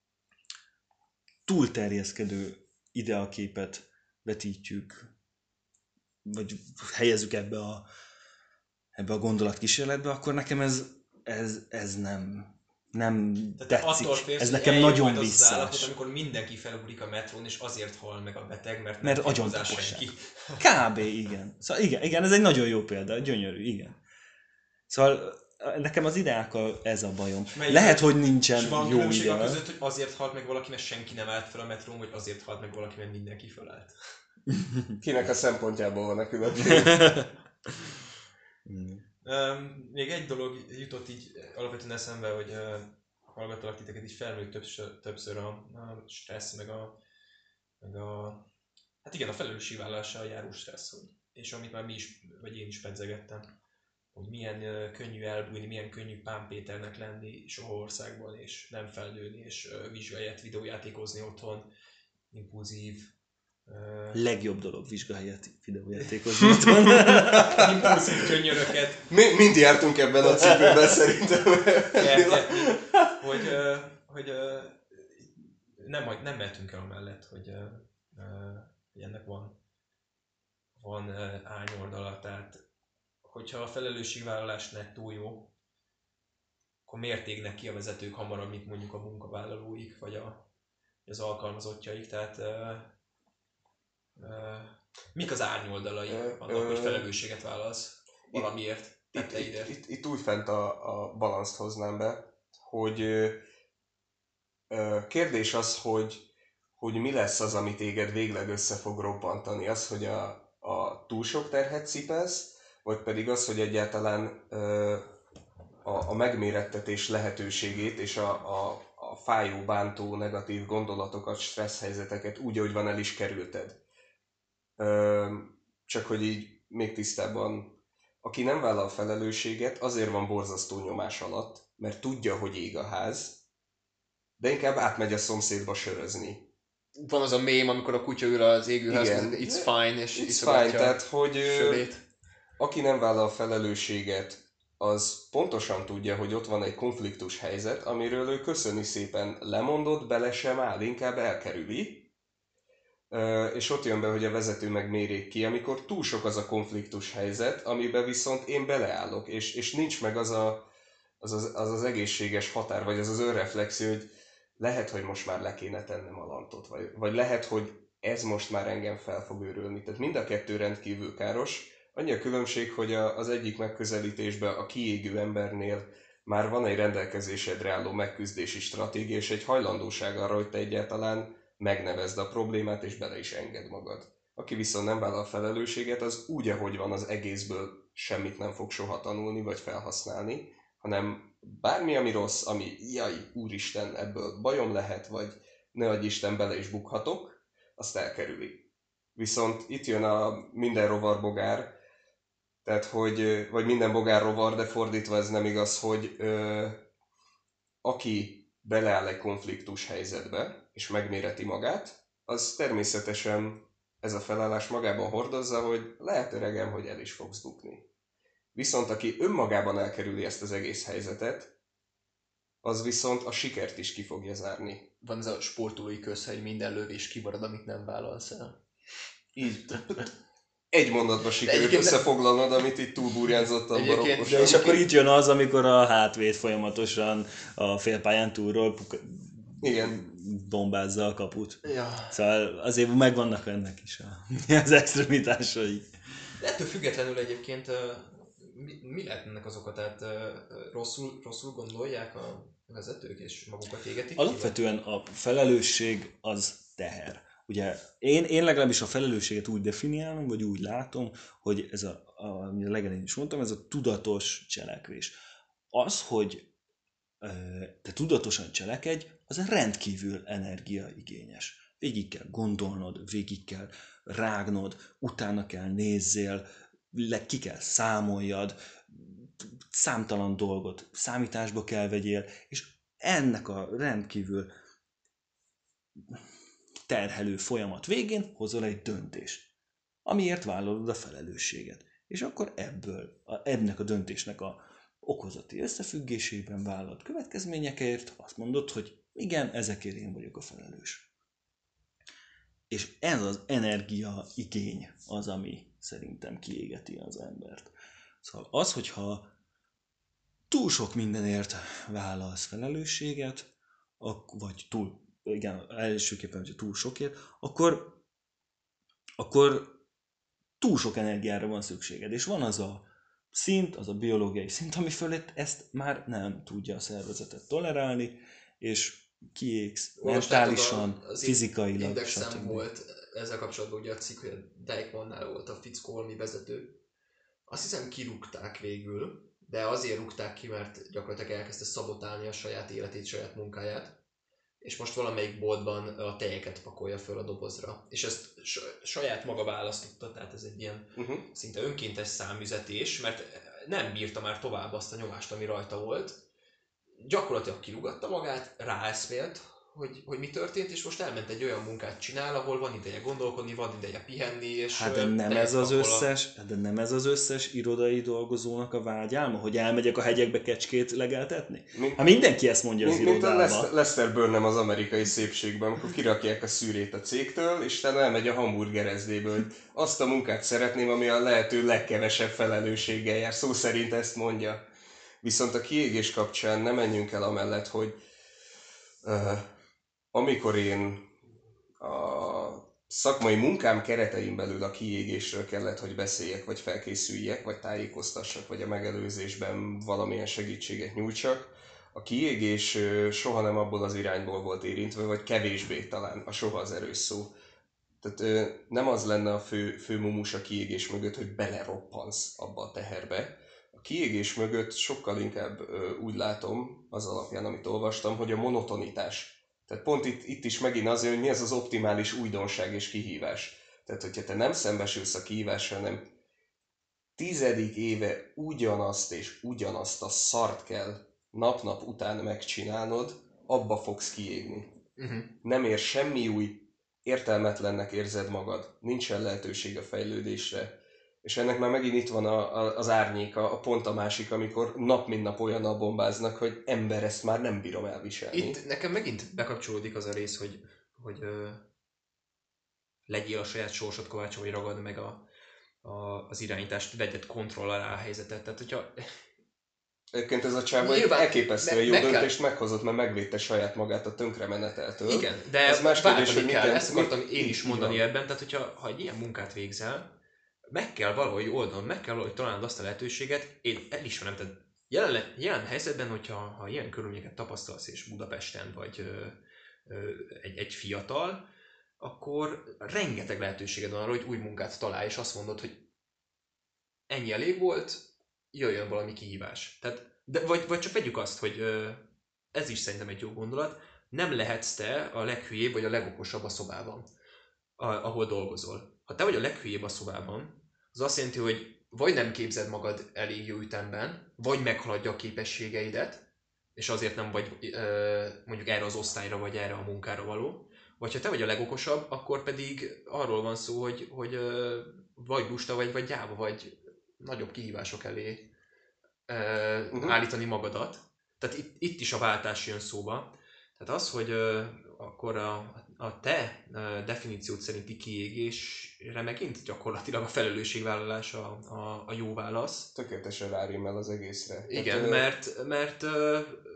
Speaker 3: túlterjeszkedő ideaképet vetítjük, vagy helyezzük ebbe a, ebbe a gondolatkísérletbe, akkor nekem ez, ez, ez nem, nem tetszik.
Speaker 1: Félsz,
Speaker 3: ez nekem nagyon visszás.
Speaker 1: Állapot, amikor mindenki felugrik a metrón, és azért hal meg a beteg, mert,
Speaker 3: mert
Speaker 1: nem hozzá senki.
Speaker 3: Kb. Igen. Szóval igen, igen, ez egy nagyon jó példa, gyönyörű, igen. Szóval nekem az ideákkal ez a bajom. Melyik lehet, hogy nincsen
Speaker 1: van
Speaker 3: jó idea.
Speaker 1: Van között, hogy azért halt meg valaki, mert senki nem állt fel a metrón, vagy azért halt meg valaki, mert mindenki felállt.
Speaker 2: Kinek a szempontjából van a különbség?
Speaker 1: um, még egy dolog jutott így alapvetően eszembe, hogy uh, hallgattalak titeket, így felmerült többször, többször a, a stressz, meg a, meg a hát igen, a felelősségvállalással járó stressz, hogy, és amit már mi is, vagy én is pedzegettem, hogy milyen uh, könnyű elbújni, milyen könnyű Pán Péternek lenni soha országban, és nem feldőlni, és uh, vizsgáját videójátékozni otthon, impulzív. Uh...
Speaker 3: Legjobb dolog vizsgáját videójátékozni otthon.
Speaker 1: Impulzív könnyöröket.
Speaker 2: Mi, mind jártunk ebben a cipőben szerintem.
Speaker 1: hogy uh, hogy uh, nem, nem mehetünk el amellett, hogy, uh, uh, hogy ennek van, van uh, árnyoldala, tehát hogyha a felelősségvállalás nettó jó, akkor miért égnek ki a vezetők hamarabb, mint mondjuk a munkavállalóik, vagy a, az alkalmazottjaik, tehát uh, uh, mik az árnyoldalai annak, hogy felelősséget vállalsz valamiért, tetteidért?
Speaker 2: Itt, itt, itt úgy fent a, a balanszt hoznám be, hogy ö, ö, kérdés az, hogy, hogy mi lesz az, ami téged végleg össze fog robbantani, az, hogy a, a túl sok terhet cipelsz, vagy pedig az, hogy egyáltalán ö, a, a megmérettetés lehetőségét és a, a, a fájó, bántó, negatív gondolatokat, stressz helyzeteket úgy, ahogy van, el is kerülted. Ö, csak hogy így még tisztában, aki nem vállal felelősséget, azért van borzasztó nyomás alatt, mert tudja, hogy ég a ház, de inkább átmegy a szomszédba sörözni.
Speaker 1: Van az a mém, amikor a kutya ül az égőházban, it's fine, és
Speaker 2: it's fine, tehát hogy
Speaker 1: sörét.
Speaker 2: Aki nem vállal felelősséget, az pontosan tudja, hogy ott van egy konfliktus helyzet, amiről ő köszöni szépen lemondott, bele sem áll, inkább elkerüli. És ott jön be, hogy a vezető meg mérjék ki, amikor túl sok az a konfliktus helyzet, amiben viszont én beleállok, és, és nincs meg az, a, az, az, az az egészséges határ, vagy az az önreflexió, hogy lehet, hogy most már le kéne tennem a lantot, vagy, vagy lehet, hogy ez most már engem fel fog őrülni. Tehát mind a kettő rendkívül káros. Annyi a különbség, hogy a, az egyik megközelítésben a kiégő embernél már van egy rendelkezésedre álló megküzdési stratégia, és egy hajlandóság arra, hogy te egyáltalán megnevezd a problémát, és bele is enged magad. Aki viszont nem vállal felelősséget, az úgy, ahogy van, az egészből semmit nem fog soha tanulni, vagy felhasználni, hanem bármi, ami rossz, ami jaj, úristen, ebből bajom lehet, vagy ne adj Isten, bele is bukhatok, azt elkerüli. Viszont itt jön a minden rovar bogár, tehát hogy, vagy minden bogár rovar, de fordítva ez nem igaz, hogy ö, aki beleáll egy konfliktus helyzetbe, és megméreti magát, az természetesen ez a felállás magában hordozza, hogy lehet öregem, hogy el is fogsz bukni. Viszont aki önmagában elkerüli ezt az egész helyzetet, az viszont a sikert is ki fogja zárni.
Speaker 1: Van ez a sportolói közhely, hogy minden lövés kimarad, amit nem vállalsz el.
Speaker 2: Így. Egy mondatba sikerült összefoglalnod, amit itt túlburjánzottan barokkosan.
Speaker 3: És akkor itt jön az, amikor a hátvéd folyamatosan a félpályán túlról puka...
Speaker 2: Igen.
Speaker 3: bombázza a kaput.
Speaker 1: Ja.
Speaker 3: Szóval azért megvannak ennek is a, az extremitásai.
Speaker 1: De ettől függetlenül egyébként mi, mi lehet ennek az oka? Tehát rosszul, rosszul gondolják a vezetők és magukat égetik?
Speaker 3: Alapvetően a felelősség az teher. ugye én, én legalábbis a felelősséget úgy definiálom, vagy úgy látom, hogy ez a, a, a legelején is mondtam, ez a tudatos cselekvés. Az, hogy te tudatosan cselekedj, az rendkívül energiaigényes. Végig kell gondolnod, végig kell rágnod, utána kell nézzél, le ki kell számoljad, számtalan dolgot számításba kell vegyél, és ennek a rendkívül terhelő folyamat végén hozol egy döntést, amiért vállalod a felelősséget. És akkor ebből, a, ennek a döntésnek a okozati összefüggésében vállalt következményekért azt mondod, hogy igen, ezekért én vagyok a felelős. És ez az energia igény az, ami szerintem kiégeti az embert. Szóval az, hogyha túl sok mindenért vállalsz felelősséget, vagy túl, igen, elsőképpen, hogyha túl sokért, akkor, akkor túl sok energiára van szükséged. És van az a szint, az a biológiai szint, ami fölött ezt már nem tudja a szervezetet tolerálni, és kiégsz mentálisan, fizikailag,
Speaker 1: Indexem
Speaker 3: stb.
Speaker 1: Volt ezzel kapcsolatban ugye a cikk, hogy a Deichmannnál volt a fickó, ami vezető. Azt hiszem kirúgták végül, de azért rúgták ki, mert gyakorlatilag elkezdte szabotálni a saját életét, saját munkáját. És most valamelyik boltban a tejeket pakolja föl a dobozra. És ezt saját maga választotta, tehát ez egy ilyen uh-huh. szinte önkéntes számüzetés, mert nem bírta már tovább azt a nyomást, ami rajta volt. Gyakorlatilag kirúgatta magát, ráeszmélt, hogy, hogy mi történt, és most elment egy olyan munkát csinál, ahol van ideje gondolkodni, van ideje pihenni, és
Speaker 3: hát de nem ez az összes, a... de nem ez az összes irodai dolgozónak a vágyálma, hogy elmegyek a hegyekbe kecskét legeltetni? Mint, hát mindenki ezt mondja az irodában.
Speaker 2: Mint a Lester Burnham az Amerikai Szépségben, amikor kirakják a szűrét a cégtől, és utána elmegy a hamburgerezdébe, hogy azt a munkát szeretném, ami a lehető legkevesebb felelősséggel jár. Szó szerint ezt mondja. Viszont a kiégés kapcsán nem menjünk el amellett, hogy uh, amikor én a szakmai munkám keretein belül a kiégésről kellett, hogy beszéljek, vagy felkészüljek, vagy tájékoztassak, vagy a megelőzésben valamilyen segítséget nyújtsak, a kiégés soha nem abból az irányból volt érintve, vagy kevésbé talán, a soha az erős szó. Tehát nem az lenne a fő, fő mumus a kiégés mögött, hogy beleroppansz abba a teherbe. A kiégés mögött sokkal inkább úgy látom, az alapján, amit olvastam, hogy a monotonitás. Tehát pont itt, itt is megint azért, hogy mi az az optimális újdonság és kihívás. Tehát, hogyha te nem szembesülsz a kihívással, hanem tizedik éve ugyanazt és ugyanazt a szart kell nap-nap után megcsinálnod, abba fogsz kiégni. Uh-huh. Nem ér semmi új, értelmetlennek érzed magad, nincsen lehetőség a fejlődésre. És ennek már megint itt van a, a, az árnyéka, a pont a másik, amikor nap mint nap olyannal bombáznak, hogy ember, ezt már nem bírom elviselni.
Speaker 1: Itt nekem megint bekapcsolódik az a rész, hogy, hogy ö, legyél a saját sorsod kovácsa, vagy ragad meg a, a, az irányítást, vegyed kontroll alá a helyzetet. Tehát, hogyha...
Speaker 2: Egyébként ez a csáva egy elképesztően jó meg döntést kell... meghozott, mert megvédte saját magát a tönkremeneteltől.
Speaker 1: Igen, de ez más kérdés, hogy kell. Ezt akartam én is mondani van. Ebben, tehát hogyha ha egy ilyen munkát végzel, meg kell valahogy oldanod, meg kell valahogy találnod azt a lehetőséget, én elismerem, tehát jelen, jelen helyzetben, hogyha ha ilyen körülményeket tapasztalsz és Budapesten vagy ö, ö, egy, egy fiatal, akkor rengeteg lehetőséged van arra, hogy új munkát találj, és azt mondod, hogy ennyi elég volt, jöjjön valami kihívás. Tehát, de, vagy, vagy csak vegyük azt, hogy ö, ez is szerintem egy jó gondolat, nem lehetsz te a leghülyébb vagy a legokosabb a szobában, a, ahol dolgozol. Ha te vagy a leghülyébb a szobában, az azt jelenti, hogy vagy nem képzed magad elég jó ütemben, vagy meghaladja a képességeidet, és azért nem vagy ö, mondjuk erre az osztályra, vagy erre a munkára való. Vagy ha te vagy a legokosabb, akkor pedig arról van szó, hogy, hogy ö, vagy lusta vagy, vagy gyáva vagy nagyobb kihívások elé ö, uh-huh. állítani magadat. Tehát itt, itt is a váltás jön szóba. Tehát az, hogy ö, akkor a, a te ö, definíciót szerinti kiégésre megint gyakorlatilag a felelősségvállalás a, a, a jó válasz.
Speaker 2: Tökéletesen rárimmel az egészre.
Speaker 1: Igen, Tehát, mert, mert ö,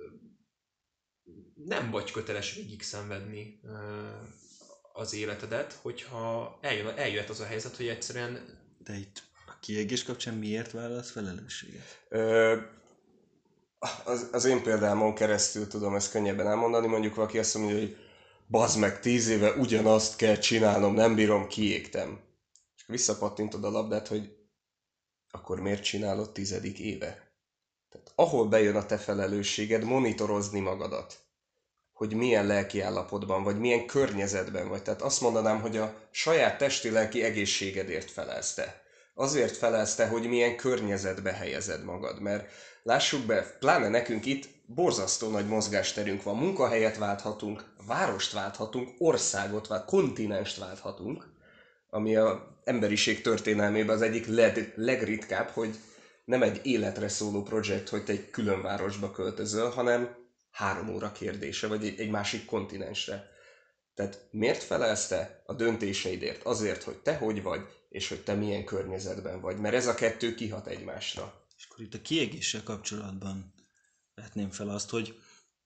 Speaker 1: nem vagy köteles végig szenvedni ö, az életedet, hogyha eljön, eljöhet az a helyzet, hogy egyszerűen...
Speaker 3: De itt a kiégés kapcsán miért válasz felelősséget?
Speaker 2: Ö, az, az én példámon keresztül tudom ezt könnyebben elmondani. Mondjuk valaki azt mondja, hogy bazd meg, tíz éve ugyanazt kell csinálnom, nem bírom, kiégtem. És visszapattintod a labdát, hogy akkor miért csinálod tizedik éve? Tehát ahol bejön a te felelősséged, monitorozni magadat, hogy milyen lelki állapotban vagy, milyen környezetben vagy. Tehát azt mondanám, hogy a saját testi-lelki egészségedért felelsz te. Azért felelsz te, hogy milyen környezetbe helyezed magad, mert lássuk be, pláne nekünk itt borzasztó nagy mozgásterünk van, munkahelyet válthatunk, várost válthatunk, országot válthatunk, kontinenst válthatunk, ami a emberiség történelmében az egyik leg, legritkább, hogy nem egy életre szóló projekt, hogy te egy külön városba költözöl, hanem három óra kérdése, vagy egy, egy másik kontinensre. Tehát miért felelsz te a döntéseidért? Azért, hogy te hogy vagy, és hogy te milyen környezetben vagy. Mert ez a kettő kihat egymásra.
Speaker 3: És akkor itt a kiégéssel kapcsolatban vetném fel azt, hogy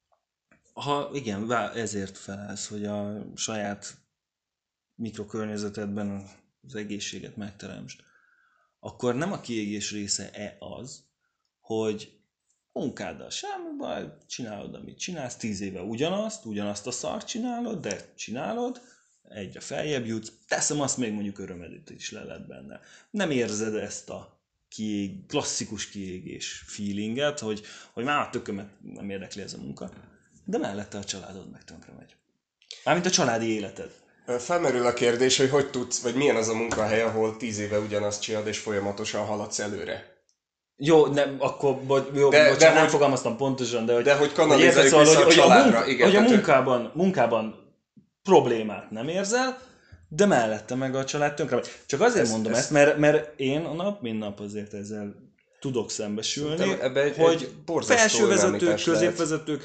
Speaker 3: ha igen, ezért felelsz, hogy a saját mikrokörnyezetedben az egészséget megteremtsd, akkor nem a kiégés része-e az, hogy munkáddal semmi baj, csinálod, amit csinálsz, tíz éve ugyanazt, ugyanazt a szart csinálod, de csinálod, egyre feljebb jutsz, teszem azt, még mondjuk örömedet is le lett benne. Nem érzed ezt a kiég, klasszikus kiégés feelinget, hogy, hogy már a tökömet nem érdekli ez a munka, de mellette a családod meg tönkre megy. Mármint a családi életed.
Speaker 2: Felmerül a kérdés, hogy hogy tudsz, vagy milyen az a munkahely, ahol tíz éve ugyanazt csinálod, és folyamatosan haladsz előre.
Speaker 3: Jó, nem, akkor bo- jó,
Speaker 2: De-
Speaker 3: bocsánat,
Speaker 2: de
Speaker 3: nem
Speaker 2: hogy-
Speaker 3: fogalmaztam pontosan, de hogy,
Speaker 2: de hogy
Speaker 3: hogy
Speaker 2: kanalizáljuk
Speaker 3: érted, szóval,
Speaker 2: vissza a
Speaker 3: hogy, hogy, a,
Speaker 2: családra,
Speaker 3: munka,
Speaker 2: igen,
Speaker 3: hogy a
Speaker 2: tehát-
Speaker 3: munkában, munkában problémát nem érzel, de mellette meg a család tönkre megy. Csak azért
Speaker 2: Ez-
Speaker 3: mondom
Speaker 2: ez-
Speaker 3: ezt, mert, mert én a nap mint nap azért ezzel tudok szembesülni,
Speaker 2: Szerintem ebbe egy-
Speaker 3: hogy
Speaker 2: egy borzasztó
Speaker 3: felsővezetők,
Speaker 2: önállítás lehet.
Speaker 3: középvezetők,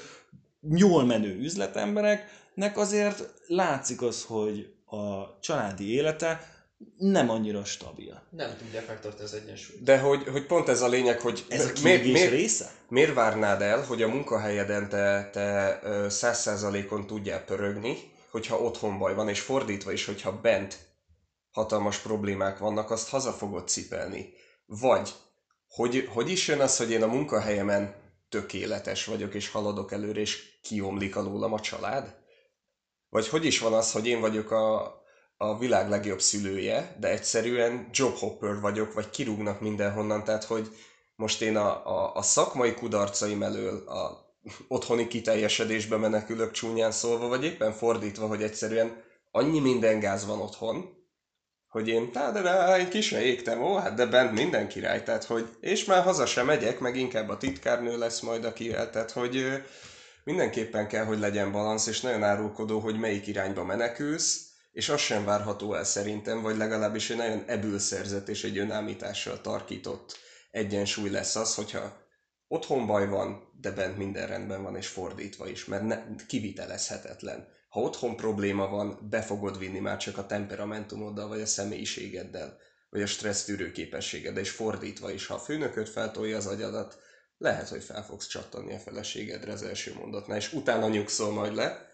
Speaker 3: jól menő üzletembereknek azért látszik az, hogy a családi élete nem annyira stabil.
Speaker 1: Nem tudják megtartani az egyensúlyt.
Speaker 2: De hogy, hogy pont ez a lényeg, hogy
Speaker 3: Ez a
Speaker 2: miért,
Speaker 3: kiégés
Speaker 2: miért,
Speaker 3: része?
Speaker 2: miért várnád el, hogy a munkahelyeden te, te ö, száz százalékon tudjál pörögni, hogyha otthon baj van, és fordítva is, hogyha bent hatalmas problémák vannak, azt haza fogod cipelni. Vagy, hogy, hogy is jön az, hogy én a munkahelyemen tökéletes vagyok, és haladok előre, és kiomlik alólam a család? Vagy hogy is van az, hogy én vagyok a, a világ legjobb szülője, de egyszerűen jobhopper vagyok, vagy kirúgnak mindenhonnan, tehát hogy most én a, a, a szakmai kudarcaim elől a otthoni kiteljesedésbe menekülök csúnyán szólva, vagy éppen fordítva, hogy egyszerűen annyi minden gáz van otthon, hogy én, tádadá, én ki se égtem, ó, hát de bent minden király, tehát hogy, és már haza sem megyek, meg inkább a titkárnő lesz majd akivel, tehát hogy ö, mindenképpen kell, hogy legyen balansz, és nagyon árulkodó, hogy melyik irányba menekülsz, és az sem várható el szerintem, vagy legalábbis egy nagyon ebülszerzett és egy önállítással tarkított egyensúly lesz az, hogyha otthon baj van, de bent minden rendben van, és fordítva is, mert ne, kivitelezhetetlen. Ha otthon probléma van, be fogod vinni már csak a temperamentumoddal, vagy a személyiségeddel, vagy a stressztűrő képességeddel, és fordítva is. Ha a főnököd feltolja az agyadat, lehet, hogy fel fogsz csattanni a feleségedre az első mondatnál, és utána nyugszol majd le.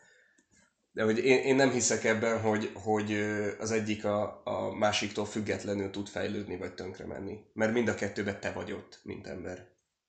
Speaker 2: De hogy én, én nem hiszek ebben, hogy, hogy az egyik a, a másiktól függetlenül tud fejlődni, vagy tönkre menni. Mert mind a kettőben te vagy ott, mint ember.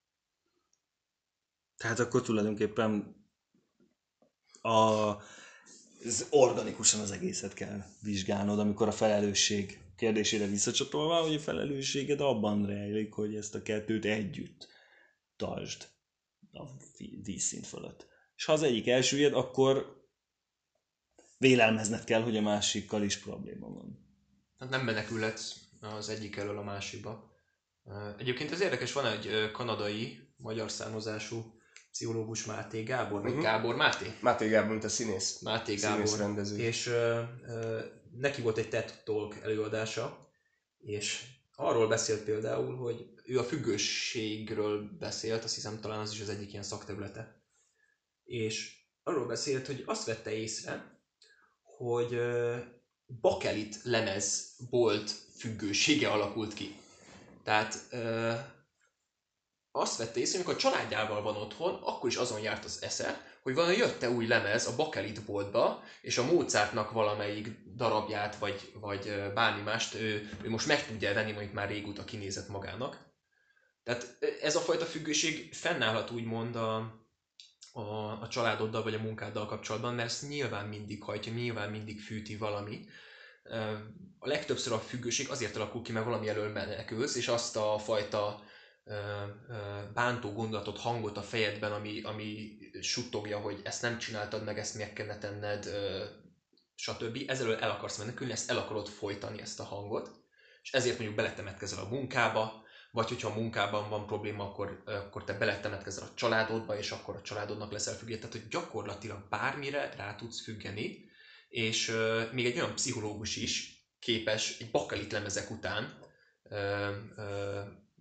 Speaker 3: Tehát akkor tulajdonképpen a, ez organikusan az egészet kell vizsgálnod, amikor a felelősség kérdésére visszacsatolva, hogy a felelősséged abban rejlik, hogy ezt a kettőt együtt tartsd a vízszint fölött. És ha az egyik elsüllyed, akkor vélelmezned kell, hogy a másikkal is probléma van.
Speaker 1: Hát nem menekülhetsz az egyik elől a másikba. Egyébként ez érdekes, van egy kanadai, magyar származású pszichológus, Máté Gábor, vagy
Speaker 2: Mhm.
Speaker 1: Gábor Máté?
Speaker 2: Máté Gábor, mint a színész.
Speaker 1: Máté
Speaker 2: Színész
Speaker 1: Gábor.
Speaker 2: rendező.
Speaker 1: És uh, uh, neki volt egy TED Talk előadása, és arról beszélt például, hogy ő a függőségről beszélt, azt hiszem talán az is az egyik ilyen szakterülete. És arról beszélt, hogy azt vette észre, hogy uh, bakelit lemezbolt függősége alakult ki. Tehát uh, azt vette észre, hogy amikor a családjával van otthon, akkor is azon járt az esze, hogy valami jött-e új lemez a bakelit boltba, és a Mozartnak valamelyik darabját, vagy, vagy bármi mást ő, ő most meg tudja venni, mondjuk már régóta kinézett magának. Tehát ez a fajta függőség fennállhat úgymond a, a, a családoddal vagy a munkáddal kapcsolatban, mert ezt nyilván mindig hajtja, nyilván mindig fűti valami. A legtöbbször a függőség azért alakul ki, mert valami elől menekülsz, és azt a fajta bántó gondolatot, hangot a fejedben, ami, ami suttogja, hogy ezt nem csináltad meg, ezt meg kellene tenned, stb. Ezelől el akarsz menekülni, ezt el akarod folytani, ezt a hangot, és ezért mondjuk beletemetkezel a munkába, vagy hogyha a munkában van probléma, akkor, akkor te beletemetkezel a családodba, és akkor a családodnak leszel függő. Tehát, hogy gyakorlatilag bármire rá tudsz függeni, és uh, még egy olyan pszichológus is képes egy bakelit lemezek után uh, uh,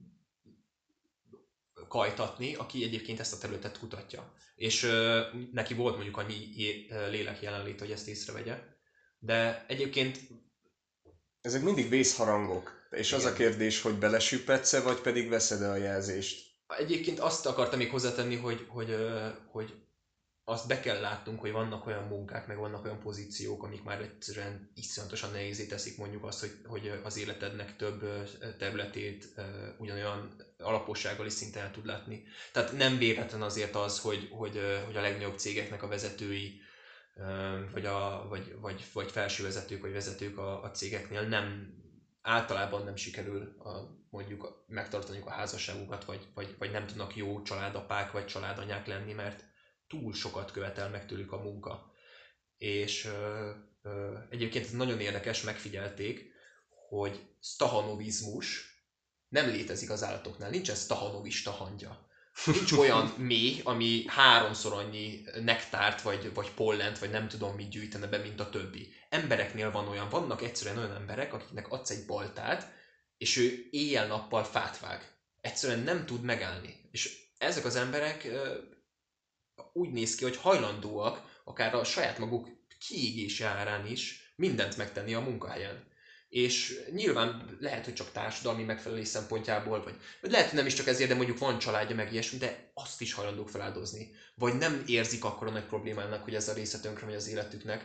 Speaker 1: kajtatni, aki egyébként ezt a területet kutatja. És uh, neki volt mondjuk annyi lélek jelenlét, hogy ezt észrevegye. De egyébként...
Speaker 2: Ezek mindig vészharangok. És igen. Az a kérdés, hogy belesüppedsz-e, vagy pedig veszed-e a jelzést?
Speaker 1: Egyébként azt akartam még hozzátenni, hogy, hogy, hogy azt be kell látnunk, hogy vannak olyan munkák, meg vannak olyan pozíciók, amik már egyszerűen iszonyatosan nehézé teszik mondjuk azt, hogy, hogy az életednek több területét ugyanolyan alapossággal is szinte el tud látni. Tehát nem véletlen azért az, hogy, hogy, hogy a legnagyobb cégeknek a vezetői, vagy, a, vagy, vagy, vagy felső vezetők, vagy vezetők a, a cégeknél nem, általában nem sikerül a, mondjuk megtartaniuk a házasságukat, vagy, vagy, vagy nem tudnak jó családapák, vagy családanyák lenni, mert túl sokat követel meg tőlük a munka. És ö, ö, egyébként ez nagyon érdekes, megfigyelték, hogy stahanovizmus nem létezik az állatoknál, nincsen stahanovista hangja. Nincs olyan méh, ami háromszor annyi nektárt, vagy, vagy pollent, vagy nem tudom mit gyűjtene be, mint a többi. Embereknél van olyan, vannak egyszerűen olyan emberek, akiknek adsz egy baltát, és ő éjjel-nappal fát vág. Egyszerűen nem tud megállni. És ezek az emberek úgy néz ki, hogy hajlandóak akár a saját maguk kiégése árán is mindent megtenni a munkahelyen. És nyilván lehet, hogy csak társadalmi megfelelés szempontjából, vagy, vagy lehet, hogy nem is csak ezért, de mondjuk van családja, meg ilyesmi, de azt is hajlandók feláldozni. Vagy nem érzik akkora nagy problémának, hogy ez a része tönkre megy az életüknek.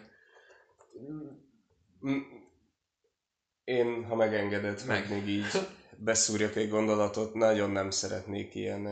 Speaker 2: Én, ha megengeded,
Speaker 1: meg
Speaker 2: még így beszúrjak egy gondolatot, nagyon nem szeretnék ilyen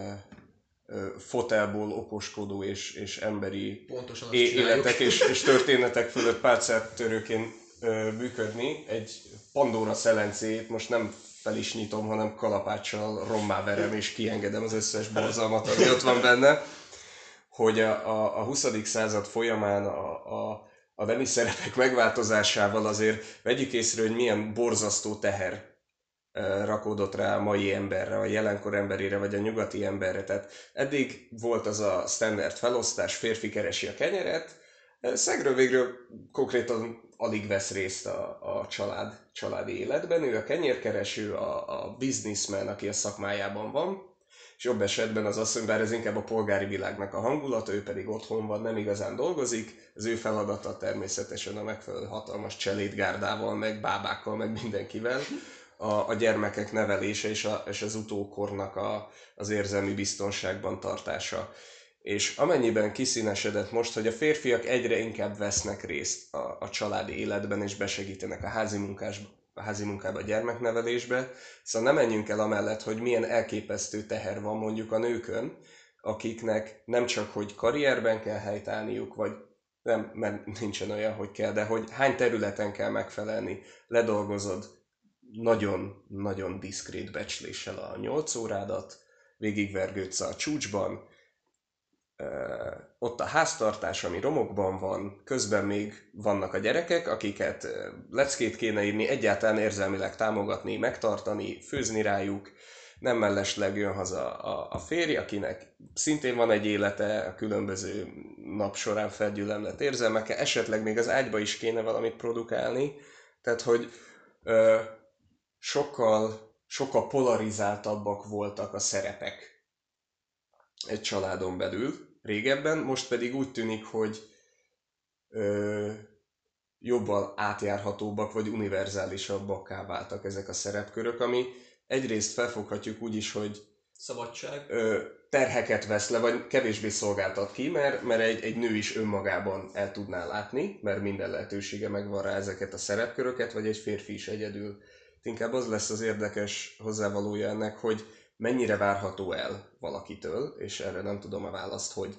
Speaker 2: fotelból okoskodó és, és emberi é- életek és, és történetek fölött pálcátörőként működni. Egy Pandora szelencéjét most nem fel is nyitom, hanem kalapáccsal rommá verem és kiengedem az összes borzalmat, ami ott van benne. Hogy a, a, a huszadik század folyamán a, a, a nemi szerepek megváltozásával azért vegyük észre, hogy milyen borzasztó teher rakódott rá a mai emberre, a jelenkor emberére, vagy a nyugati emberre. Tehát eddig volt az a standard felosztás, férfi keresi a kenyeret, szegről végről konkrétan alig vesz részt a, a család, családi életben, ő a kenyérkereső, a, a businessman, aki a szakmájában van, és jobb esetben az asszony, bár ez inkább a polgári világnak a hangulata, ő pedig otthon van, nem igazán dolgozik, az ő feladata természetesen a megfelelő hatalmas cselédgárdával, meg bábákkal, meg mindenkivel, a, a gyermekek nevelése és, a, és az utókornak a, az érzelmi biztonságban tartása. És amennyiben kiszínesedett most, hogy a férfiak egyre inkább vesznek részt a, a családi életben, és besegítenek a házi, munkás, a házi munkába, a gyermeknevelésbe, szóval nem menjünk el amellett, hogy milyen elképesztő teher van mondjuk a nőkön, akiknek nem csak, hogy karrierben kell helytállniuk, vagy nem, mert nincsen olyan, hogy kell, de hogy hány területen kell megfelelni, ledolgozod nagyon-nagyon diszkrét becsléssel a nyolc órádat, végigvergődsz a csúcsban, ott a háztartás, ami romokban van, közben még vannak a gyerekek, akiket leckét kéne írni, egyáltalán érzelmileg támogatni, megtartani, főzni rájuk, nem mellesleg jön haza a, a férj, akinek szintén van egy élete, a különböző nap során felgyülemlett érzelmekkel, esetleg még az ágyba is kéne valamit produkálni, tehát hogy ö, sokkal, sokkal polarizáltabbak voltak a szerepek egy családon belül régebben, most pedig úgy tűnik, hogy ö, jobban átjárhatóbbak vagy univerzálisabbakká váltak ezek a szerepkörök, ami egyrészt felfoghatjuk úgy is, hogy
Speaker 1: szabadság,
Speaker 2: ö, terheket vesz le, vagy kevésbé szolgáltat ki, mert, mert egy, egy nő is önmagában el tudná látni, mert minden lehetősége megvan rá ezeket a szerepköröket, vagy egy férfi is egyedül. Inkább az lesz az érdekes hozzávalója ennek, hogy mennyire várható el valakitől, és erre nem tudom a választ, hogy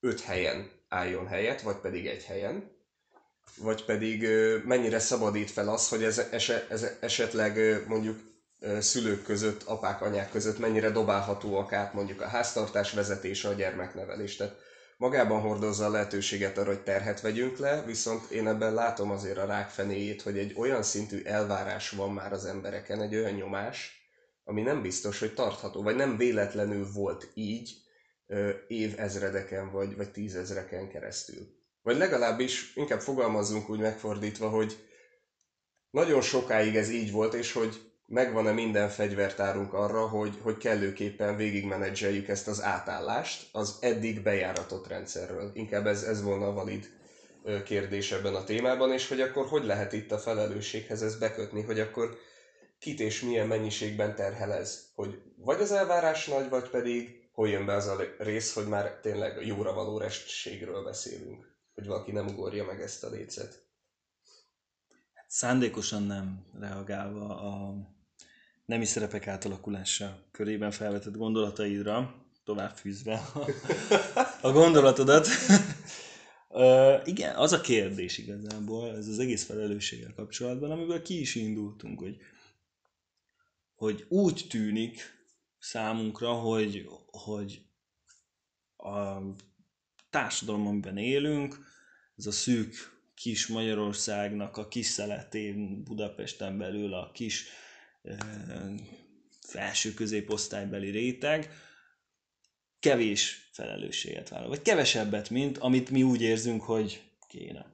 Speaker 2: öt helyen álljon helyet, vagy pedig egy helyen, vagy pedig mennyire szabadít fel az, hogy ez, eset, ez esetleg mondjuk szülők között, apák, anyák között mennyire dobálhatóak át mondjuk a háztartás vezetése, a gyermeknevelés. Tehát magában hordozza a lehetőséget arra, hogy terhet vegyünk le, viszont én ebben látom azért a rákfenéjét, hogy egy olyan szintű elvárás van már az embereken, egy olyan nyomás, ami nem biztos, hogy tartható, vagy nem véletlenül volt így évezredeken vagy, vagy tízezreken keresztül. Vagy legalábbis inkább fogalmazzunk úgy megfordítva, hogy nagyon sokáig ez így volt, és hogy megvan-e minden fegyvertárunk arra, hogy, hogy kellőképpen végigmenedzseljük ezt az átállást az eddig bejáratott rendszerről. Inkább ez, ez volna a valid kérdés ebben a témában, és hogy akkor hogy lehet itt a felelősséghez ezt bekötni, hogy akkor kit és milyen mennyiségben terhel ez. Hogy vagy az elvárás nagy, vagy pedig hol jön be az a rész, hogy már tényleg jóra való restségről beszélünk. Hogy valaki nem ugorja meg ezt a lécet.
Speaker 3: Szándékosan nem reagálva a nemi szerepek átalakulása körében felvetett gondolataidra, tovább fűzve a, a gondolatodat. uh, igen, az a kérdés igazából, ez az egész felelősséggel kapcsolatban, amiből ki is indultunk, hogy, hogy úgy tűnik számunkra, hogy, hogy a társadalom, amiben élünk, ez a szűk kis Magyarországnak a kis szeletén, Budapesten belül a kis e, felső középosztálybeli réteg kevés felelősséget vállal, vagy kevesebbet, mint amit mi úgy érzünk, hogy kéne.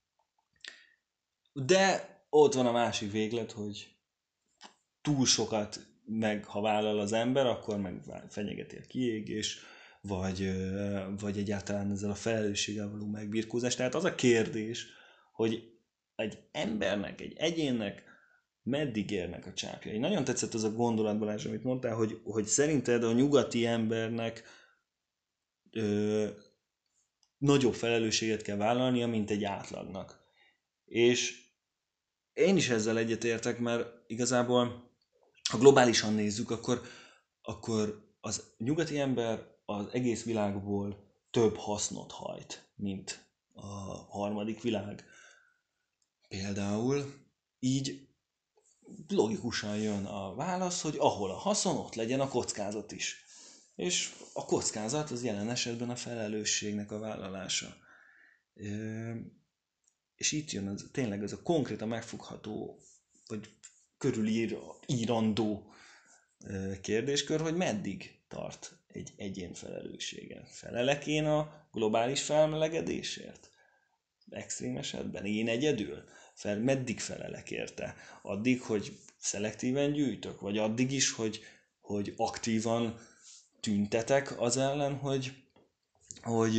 Speaker 3: De ott van a másik véglet, hogy túl sokat meg, ha vállal az ember, akkor meg fenyegeti a kiégés, vagy, vagy egyáltalán ezzel a felelősséggel való megbirkózás. Tehát az a kérdés, hogy egy embernek, egy egyénnek meddig érnek a csápjai. Nagyon tetszett az a gondolat, Balázs, amit mondtál, hogy, hogy szerinted a nyugati embernek ö, nagyobb felelősséget kell vállalnia, mint egy átlagnak. És én is ezzel egyetértek, mert igazából, ha globálisan nézzük, akkor, akkor az nyugati ember az egész világból több hasznot hajt, mint a harmadik világ. Például így logikusan jön a válasz, hogy ahol a haszon, ott legyen a kockázat is. És a kockázat az jelen esetben a felelősségnek a vállalása. És itt jön az, tényleg ez a konkrétan megfogható, vagy körülírandó kérdéskör, hogy meddig tart egy egyén felelőssége. Felelek én a globális felmelegedésért? Extrém esetben én egyedül? Fel, meddig felelek érte? Addig, hogy szelektíven gyűjtök? Vagy addig is, hogy, hogy aktívan tüntetek az ellen, hogy, hogy,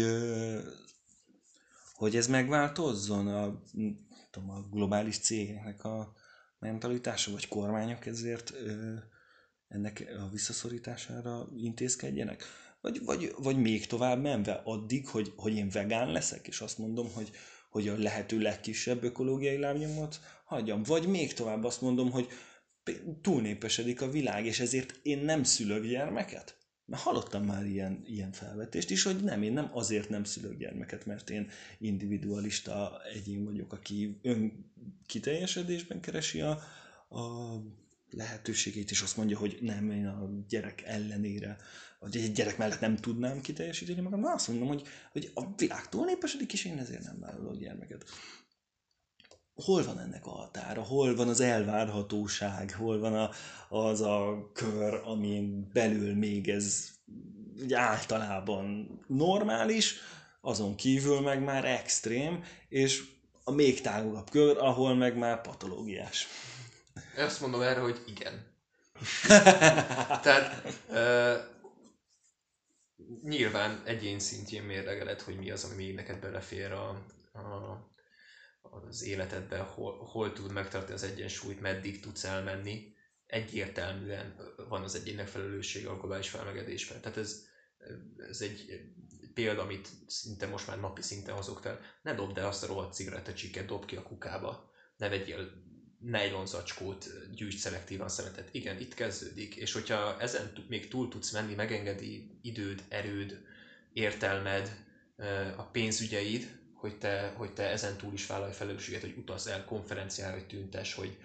Speaker 3: hogy ez megváltozzon a, tudom, a globális cégeknek a mentalitása, vagy kormányok ezért ennek a visszaszorítására intézkedjenek? Vagy, vagy, vagy még tovább menve addig, hogy, hogy én vegán leszek, és azt mondom, hogy, hogy a lehető legkisebb ökológiai lábnyomot hagyjam. Vagy még tovább azt mondom, hogy túlnépesedik a világ, és ezért én nem szülök gyermeket? Mert hallottam már ilyen, ilyen felvetést is, hogy nem, én nem azért nem szülök gyermeket, mert én individualista egyén vagyok, aki önkiteljesedésben keresi a, a lehetőségét, és azt mondja, hogy nem, én a gyerek ellenére, vagy egy gyerek mellett nem tudnám kiteljesíteni magam, de azt mondom, hogy, hogy a világ túlnépesedik, és én ezért nem vállalok gyermeket. Hol van ennek a határa? Hol van az elvárhatóság? Hol van a, az a kör, amin belül még ez általában normális, azon kívül meg már extrém, és a még tágabb kör, ahol meg már patológiás.
Speaker 1: Azt mondom erre, hogy igen. Tehát uh, nyilván egyén szintjén mérlegeled, hogy mi az, ami még neked belefér a, a, az életedbe, hol, hol tud megtartani az egyensúlyt, meddig tudsz elmenni. Egyértelműen van az egyének felelőssége a globális felmelegedésben. Tehát ez, ez egy példa, amit szinte most már napi szinten hozok fel. Ne dobd el azt a rohadt cigarettacsikket, dob ki a kukába. Ne vegyél nejlonzacskót, gyűjts szelektívan szemetet. Igen, itt kezdődik. És hogyha ezen még túl tudsz menni, megengedi időd, erőd, értelmed, a pénzügyeid, hogy te, hogy te ezen túl is vállalj felelősséget, hogy utazz el konferenciára, hogy tüntes, hogy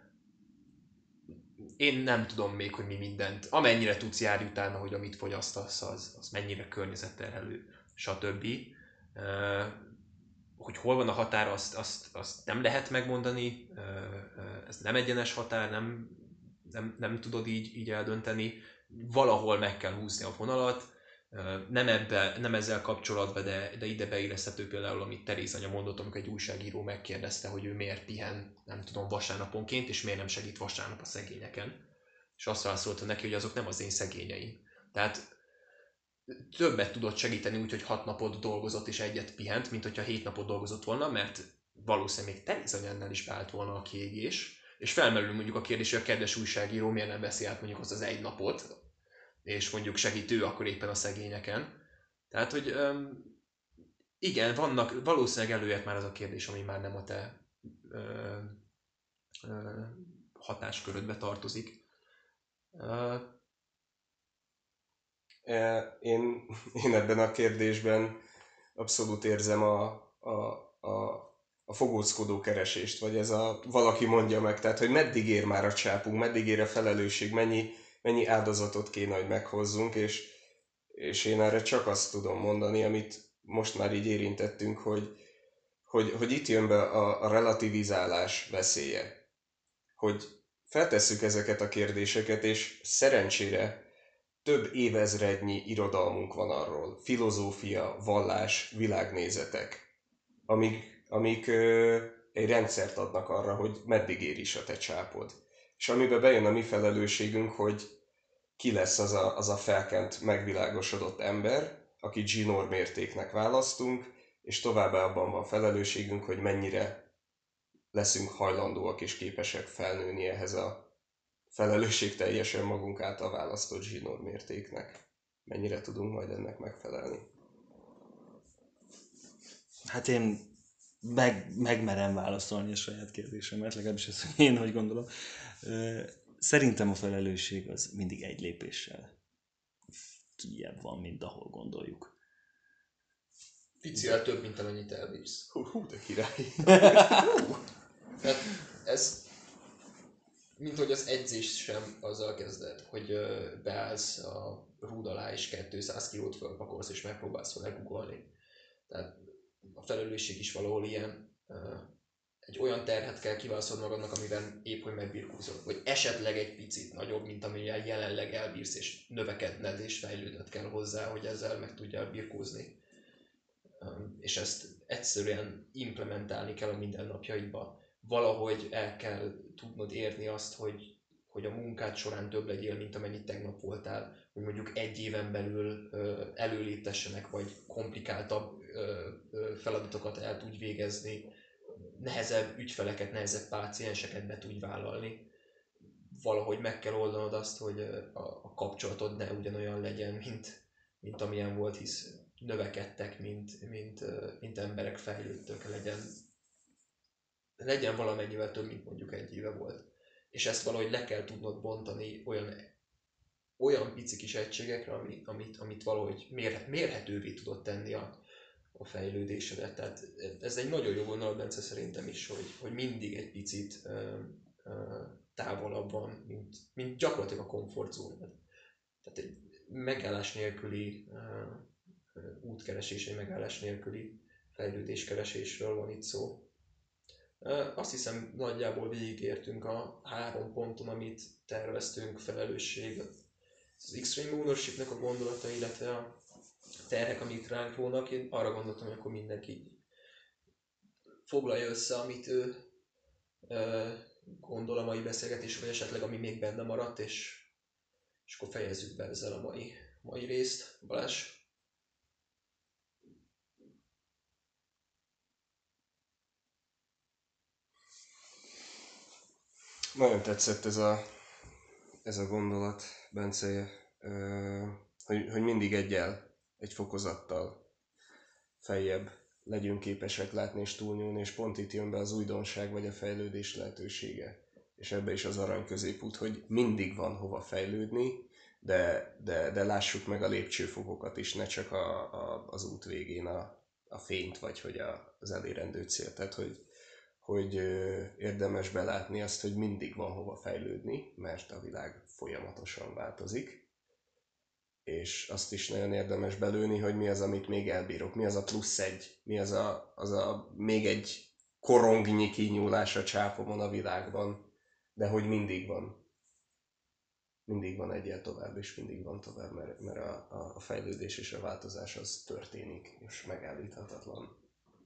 Speaker 1: én nem tudom még, hogy mi mindent, amennyire tudsz járni utána, hogy amit fogyasztasz, az, az mennyire környezetterhelő, stb. Hogy hol van a határ, azt, azt, azt nem lehet megmondani, ez nem egyenes határ, nem, nem, nem tudod így, így eldönteni, valahol meg kell húzni a vonalat, nem, ebbe, nem ezzel kapcsolatban, de, de ide beilleszthető például, amit Teréz anya mondott, amikor egy újságíró megkérdezte, hogy ő miért pihen, nem tudom, vasárnaponként, és miért nem segít vasárnap a szegényeken. És azt válaszolta neki, hogy azok nem az én szegényeim. Tehát többet tudott segíteni úgy, hogy hat napot dolgozott és egyet pihent, mint hogyha hét napot dolgozott volna, mert valószínűleg még Teréz anyánál is beállt volna a kiégés. És felmerül mondjuk a kérdés, hogy a kedves újságíró miért nem veszi át mondjuk azt az egy napot, és mondjuk segít ő akkor éppen a szegényeken. Tehát, hogy öm, igen, vannak, valószínűleg előjött már az a kérdés, ami már nem a te ö, ö, hatáskörödbe tartozik. Ö,
Speaker 2: Én, én ebben a kérdésben abszolút érzem a, a, a, a fogózkodó keresést, vagy ez a valaki mondja meg, tehát hogy meddig ér már a csápunk, meddig ér a felelősség, mennyi, mennyi áldozatot kéne, hogy meghozzunk, és, és én erre csak azt tudom mondani, amit most már így érintettünk, hogy, hogy, hogy itt jön be a, a relativizálás veszélye. Hogy feltesszük ezeket a kérdéseket, és szerencsére több évezrednyi irodalmunk van arról, filozófia, vallás, világnézetek, amik, amik ö, egy rendszert adnak arra, hogy meddig ér is a te csápod. És amiben bejön a mi felelősségünk, hogy ki lesz az a, az a felkent, megvilágosodott ember, akit zsinór mértéknek választunk, és továbbá abban van felelősségünk, hogy mennyire leszünk hajlandóak és képesek felnőni ehhez a felelősség teljesen magunk által választott zsinór mértéknek. Mennyire tudunk majd ennek megfelelni?
Speaker 3: Hát én meg, megmerem válaszolni a saját kérdésemet, legalábbis ezt én hogy gondolom. Szerintem a felelősség az mindig egy lépéssel kijebb van, mint ahol gondoljuk.
Speaker 1: Picivel több, mint amennyit elbírsz.
Speaker 2: Hú, hú de király!
Speaker 1: Tehát ez, mint hogy az edzés sem azzal kezded, hogy beállsz a rúd alá és kétszáz kilót fölpakolsz és megpróbálsz vele guggolni. Tehát a felelősség is valahol ilyen. Egy olyan terhet kell kiválasztod magadnak, amivel épp hogy megbirkózol. Vagy esetleg egy picit nagyobb, mint amilyen jelenleg elbírsz, és növekedned és fejlődned kell hozzá, hogy ezzel meg tudjál birkózni. És ezt egyszerűen implementálni kell a mindennapjaidba. Valahogy el kell tudnod érni azt, hogy, hogy a munkád során több legyél, mint amennyit tegnap voltál, hogy mondjuk egy éven belül ö, előléptessenek, vagy komplikáltabb ö, ö, feladatokat el tudj végezni, nehezebb ügyfeleket, nehezebb pácienseket be tudj vállalni. Valahogy meg kell oldanod azt, hogy a, a kapcsolatod ne ugyanolyan legyen, mint, mint amilyen volt, hisz növekedtek, mint, mint, mint emberek, fejlődtök, legyen, legyen valamennyivel több, mint mondjuk egy éve volt. És ezt valahogy le kell tudnod bontani olyan, olyan pici kis egységekre, amit, amit, amit valahogy mér, mérhetővé tudod tenni a, a fejlődésedet. Tehát ez egy nagyon jó vonal, Bence, szerintem is, hogy, hogy mindig egy picit ö, ö, távolabb van, mint, mint gyakorlatilag a komfortzónád. Tehát egy megállás nélküli ö, útkeresés, egy megállás nélküli fejlődéskeresésről van itt szó. Azt hiszem, nagyjából végigértünk a három ponton, amit terveztünk, felelősség, az Extreme Ownership-nek a gondolata, illetve a terhek, amik ránk rónak. Én arra gondoltam, hogy akkor mindenki foglalja össze, amit ő gondol a mai beszélgetésről, vagy esetleg ami még benne maradt, és, és akkor fejezzük be ezzel a mai, mai részt. Balázs?
Speaker 2: Nagyon tetszett ez a, ez a gondolat, Bence, hogy, hogy mindig egyel, egy fokozattal feljebb legyünk képesek látni és túlnyúlni, és pont itt jön be az újdonság vagy a fejlődés lehetősége. És ebbe is az arany középút, hogy mindig van hova fejlődni, de, de, de lássuk meg a lépcsőfokokat is, ne csak a, a, az út végén a, a fényt, vagy hogy a, az elérendő cél. Tehát, hogy, hogy ö, érdemes belátni azt, hogy mindig van hova fejlődni, mert a világ folyamatosan változik, és azt is nagyon érdemes belőni, hogy mi az, amit még elbírok, mi az a plusz egy, mi az a, az a még egy korongnyi kinyúlás a csápomon a világban, de hogy mindig van. Mindig van egyel tovább, és mindig van tovább, mert, mert a, a fejlődés és a változás az történik, és megállíthatatlan.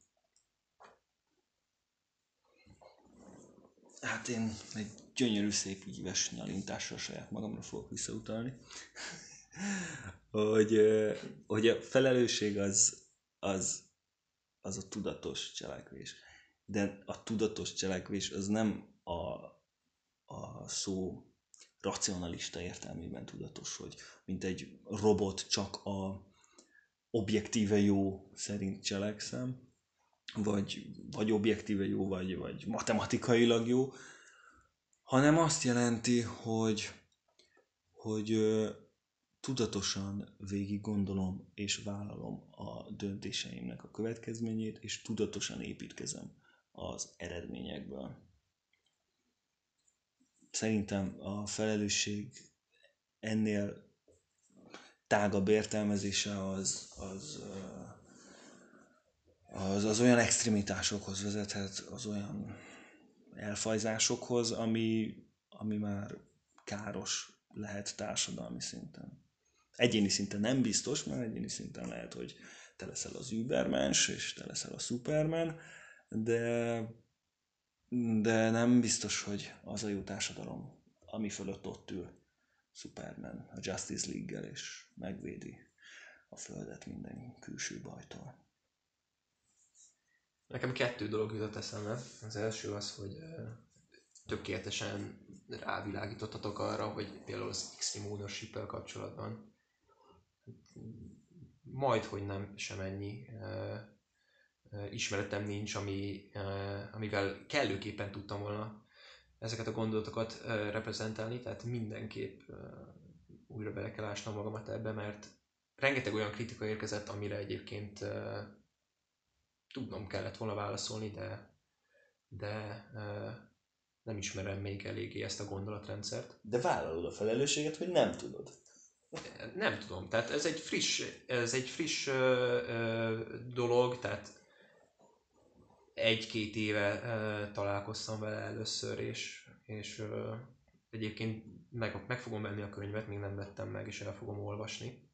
Speaker 3: Hát én egy gyönyörű szép íves nyalintással saját magamra fogok visszautalni. hogy, ö, hogy a felelősség az, az, az a tudatos cselekvés. De a tudatos cselekvés az nem a, a szó racionalista értelmében tudatos, hogy mint egy robot csak a objektíve jó szerint cselekszem, vagy, vagy objektíve jó, vagy, vagy matematikailag jó, hanem azt jelenti, hogy, hogy ö, tudatosan végig gondolom és vállalom a döntéseimnek a következményét, és tudatosan építkezem az eredményekből. Szerintem a felelősség ennél tágabb értelmezése az, az, az, az olyan extremitásokhoz vezethet, az olyan elfajzásokhoz, ami, ami már káros lehet társadalmi szinten. Egyéni szinten nem biztos, mert egyéni szinten lehet, hogy te leszel az Übermens, és te leszel a Superman, de, de nem biztos, hogy az a jó társadalom, ami fölött ott ül Superman a Justice League-gel, és megvédi a Földet minden külső bajtól.
Speaker 1: Nekem kettő dolog jutott eszembe. Az első az, hogy tökéletesen rávilágítottatok arra, hogy például az Extreme Ownership-el kapcsolatban majd, hogy nem sem ennyi ismeretem nincs, ami, amivel kellőképpen tudtam volna ezeket a gondolatokat reprezentálni, tehát mindenképp újra bele kell ásnom magamat ebbe, mert rengeteg olyan kritika érkezett, amire egyébként tudnom kellett volna válaszolni, de, de nem ismerem még eléggé ezt a gondolatrendszert.
Speaker 3: De vállalod a felelősséget, hogy nem tudod.
Speaker 1: Nem tudom, tehát ez egy friss, ez egy friss ö, ö, dolog, tehát egy-két éve ö, találkoztam vele először, és, és ö, egyébként meg, meg fogom venni a könyvet, még nem vettem meg, és el fogom olvasni.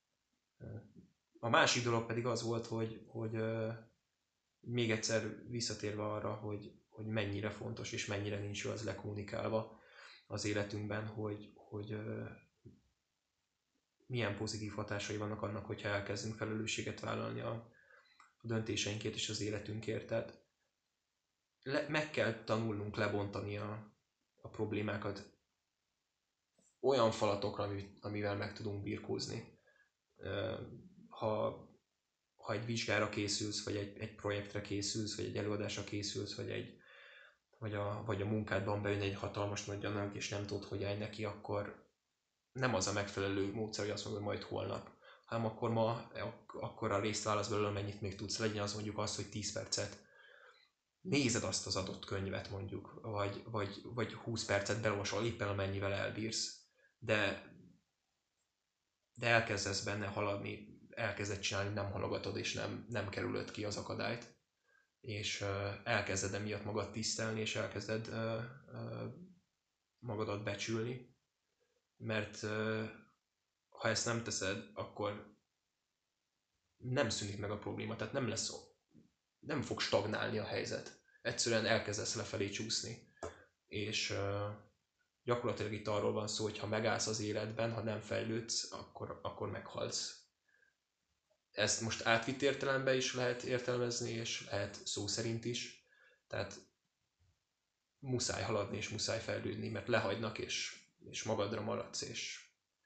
Speaker 1: A másik dolog pedig az volt, hogy, hogy ö, még egyszer visszatérve arra, hogy, hogy mennyire fontos, és mennyire nincs jó az lekommunikálva az életünkben, hogy, hogy ö, milyen pozitív hatásai vannak annak, hogyha elkezdünk felelősséget vállalni a, a döntéseinkért és az életünkért. Tehát le, meg kell tanulnunk lebontani a, a problémákat olyan falatokra, amivel meg tudunk birkózni. Ha, ha egy vizsgára készülsz, vagy egy, egy projektre készülsz, vagy egy előadásra készülsz, vagy, egy, vagy, a, vagy a munkádban bejön egy hatalmas nagy anyag, és nem tudod, hogy állj neki, akkor nem az a megfelelő módszer, hogy azt mondod, hogy majd holnap, hanem akkor ma, akkor a részt válasz belőle, mennyit még tudsz. Legyen az mondjuk az, hogy tíz percet nézed azt az adott könyvet mondjuk, vagy, vagy, vagy húsz percet belolvasol, éppen amennyivel elbírsz. De, de elkezdesz benne haladni, elkezded csinálni, nem halogatod, és nem, nem kerülöd ki az akadályt. És uh, elkezded emiatt magad tisztelni, és elkezded uh, uh, magadat becsülni. Mert uh, ha ezt nem teszed, akkor nem szűnik meg a probléma, tehát nem lesz, nem fog stagnálni a helyzet. Egyszerűen elkezdesz lefelé csúszni. És uh, gyakorlatilag itt arról van szó, hogy ha megállsz az életben, ha nem fejlődsz, akkor, akkor meghalsz. Ezt most átvitt értelemben is lehet értelmezni, és lehet szó szerint is. Tehát muszáj haladni, és muszáj fejlődni, mert lehagynak, és, és magadra maradsz, és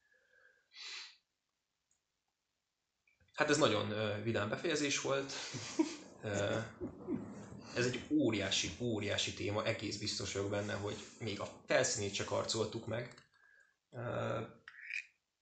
Speaker 1: hát ez nagyon uh, vidám befejezés volt. Uh, ez egy óriási, óriási téma, egész biztos vagyok benne, hogy még a felszínét csak arcoltuk meg. Uh,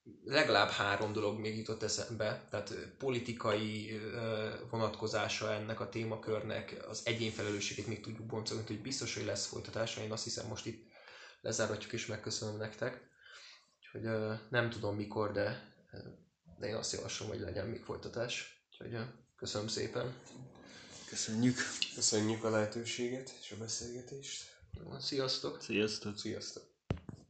Speaker 1: legalább három dolog még jutott eszembe, tehát politikai vonatkozása ennek a témakörnek, az egyénfelelősségét még tudjuk boncolni, hogy biztos, hogy lesz folytatása. Én azt hiszem, most itt lezárhatjuk és megköszönöm nektek. Úgyhogy nem tudom mikor, de, de én azt javaslom, hogy legyen még folytatás. Úgyhogy köszönöm szépen.
Speaker 3: Köszönjük.
Speaker 2: Köszönjük a lehetőséget és a beszélgetést.
Speaker 1: Sziasztok!
Speaker 3: Sziasztok.
Speaker 2: Sziasztok.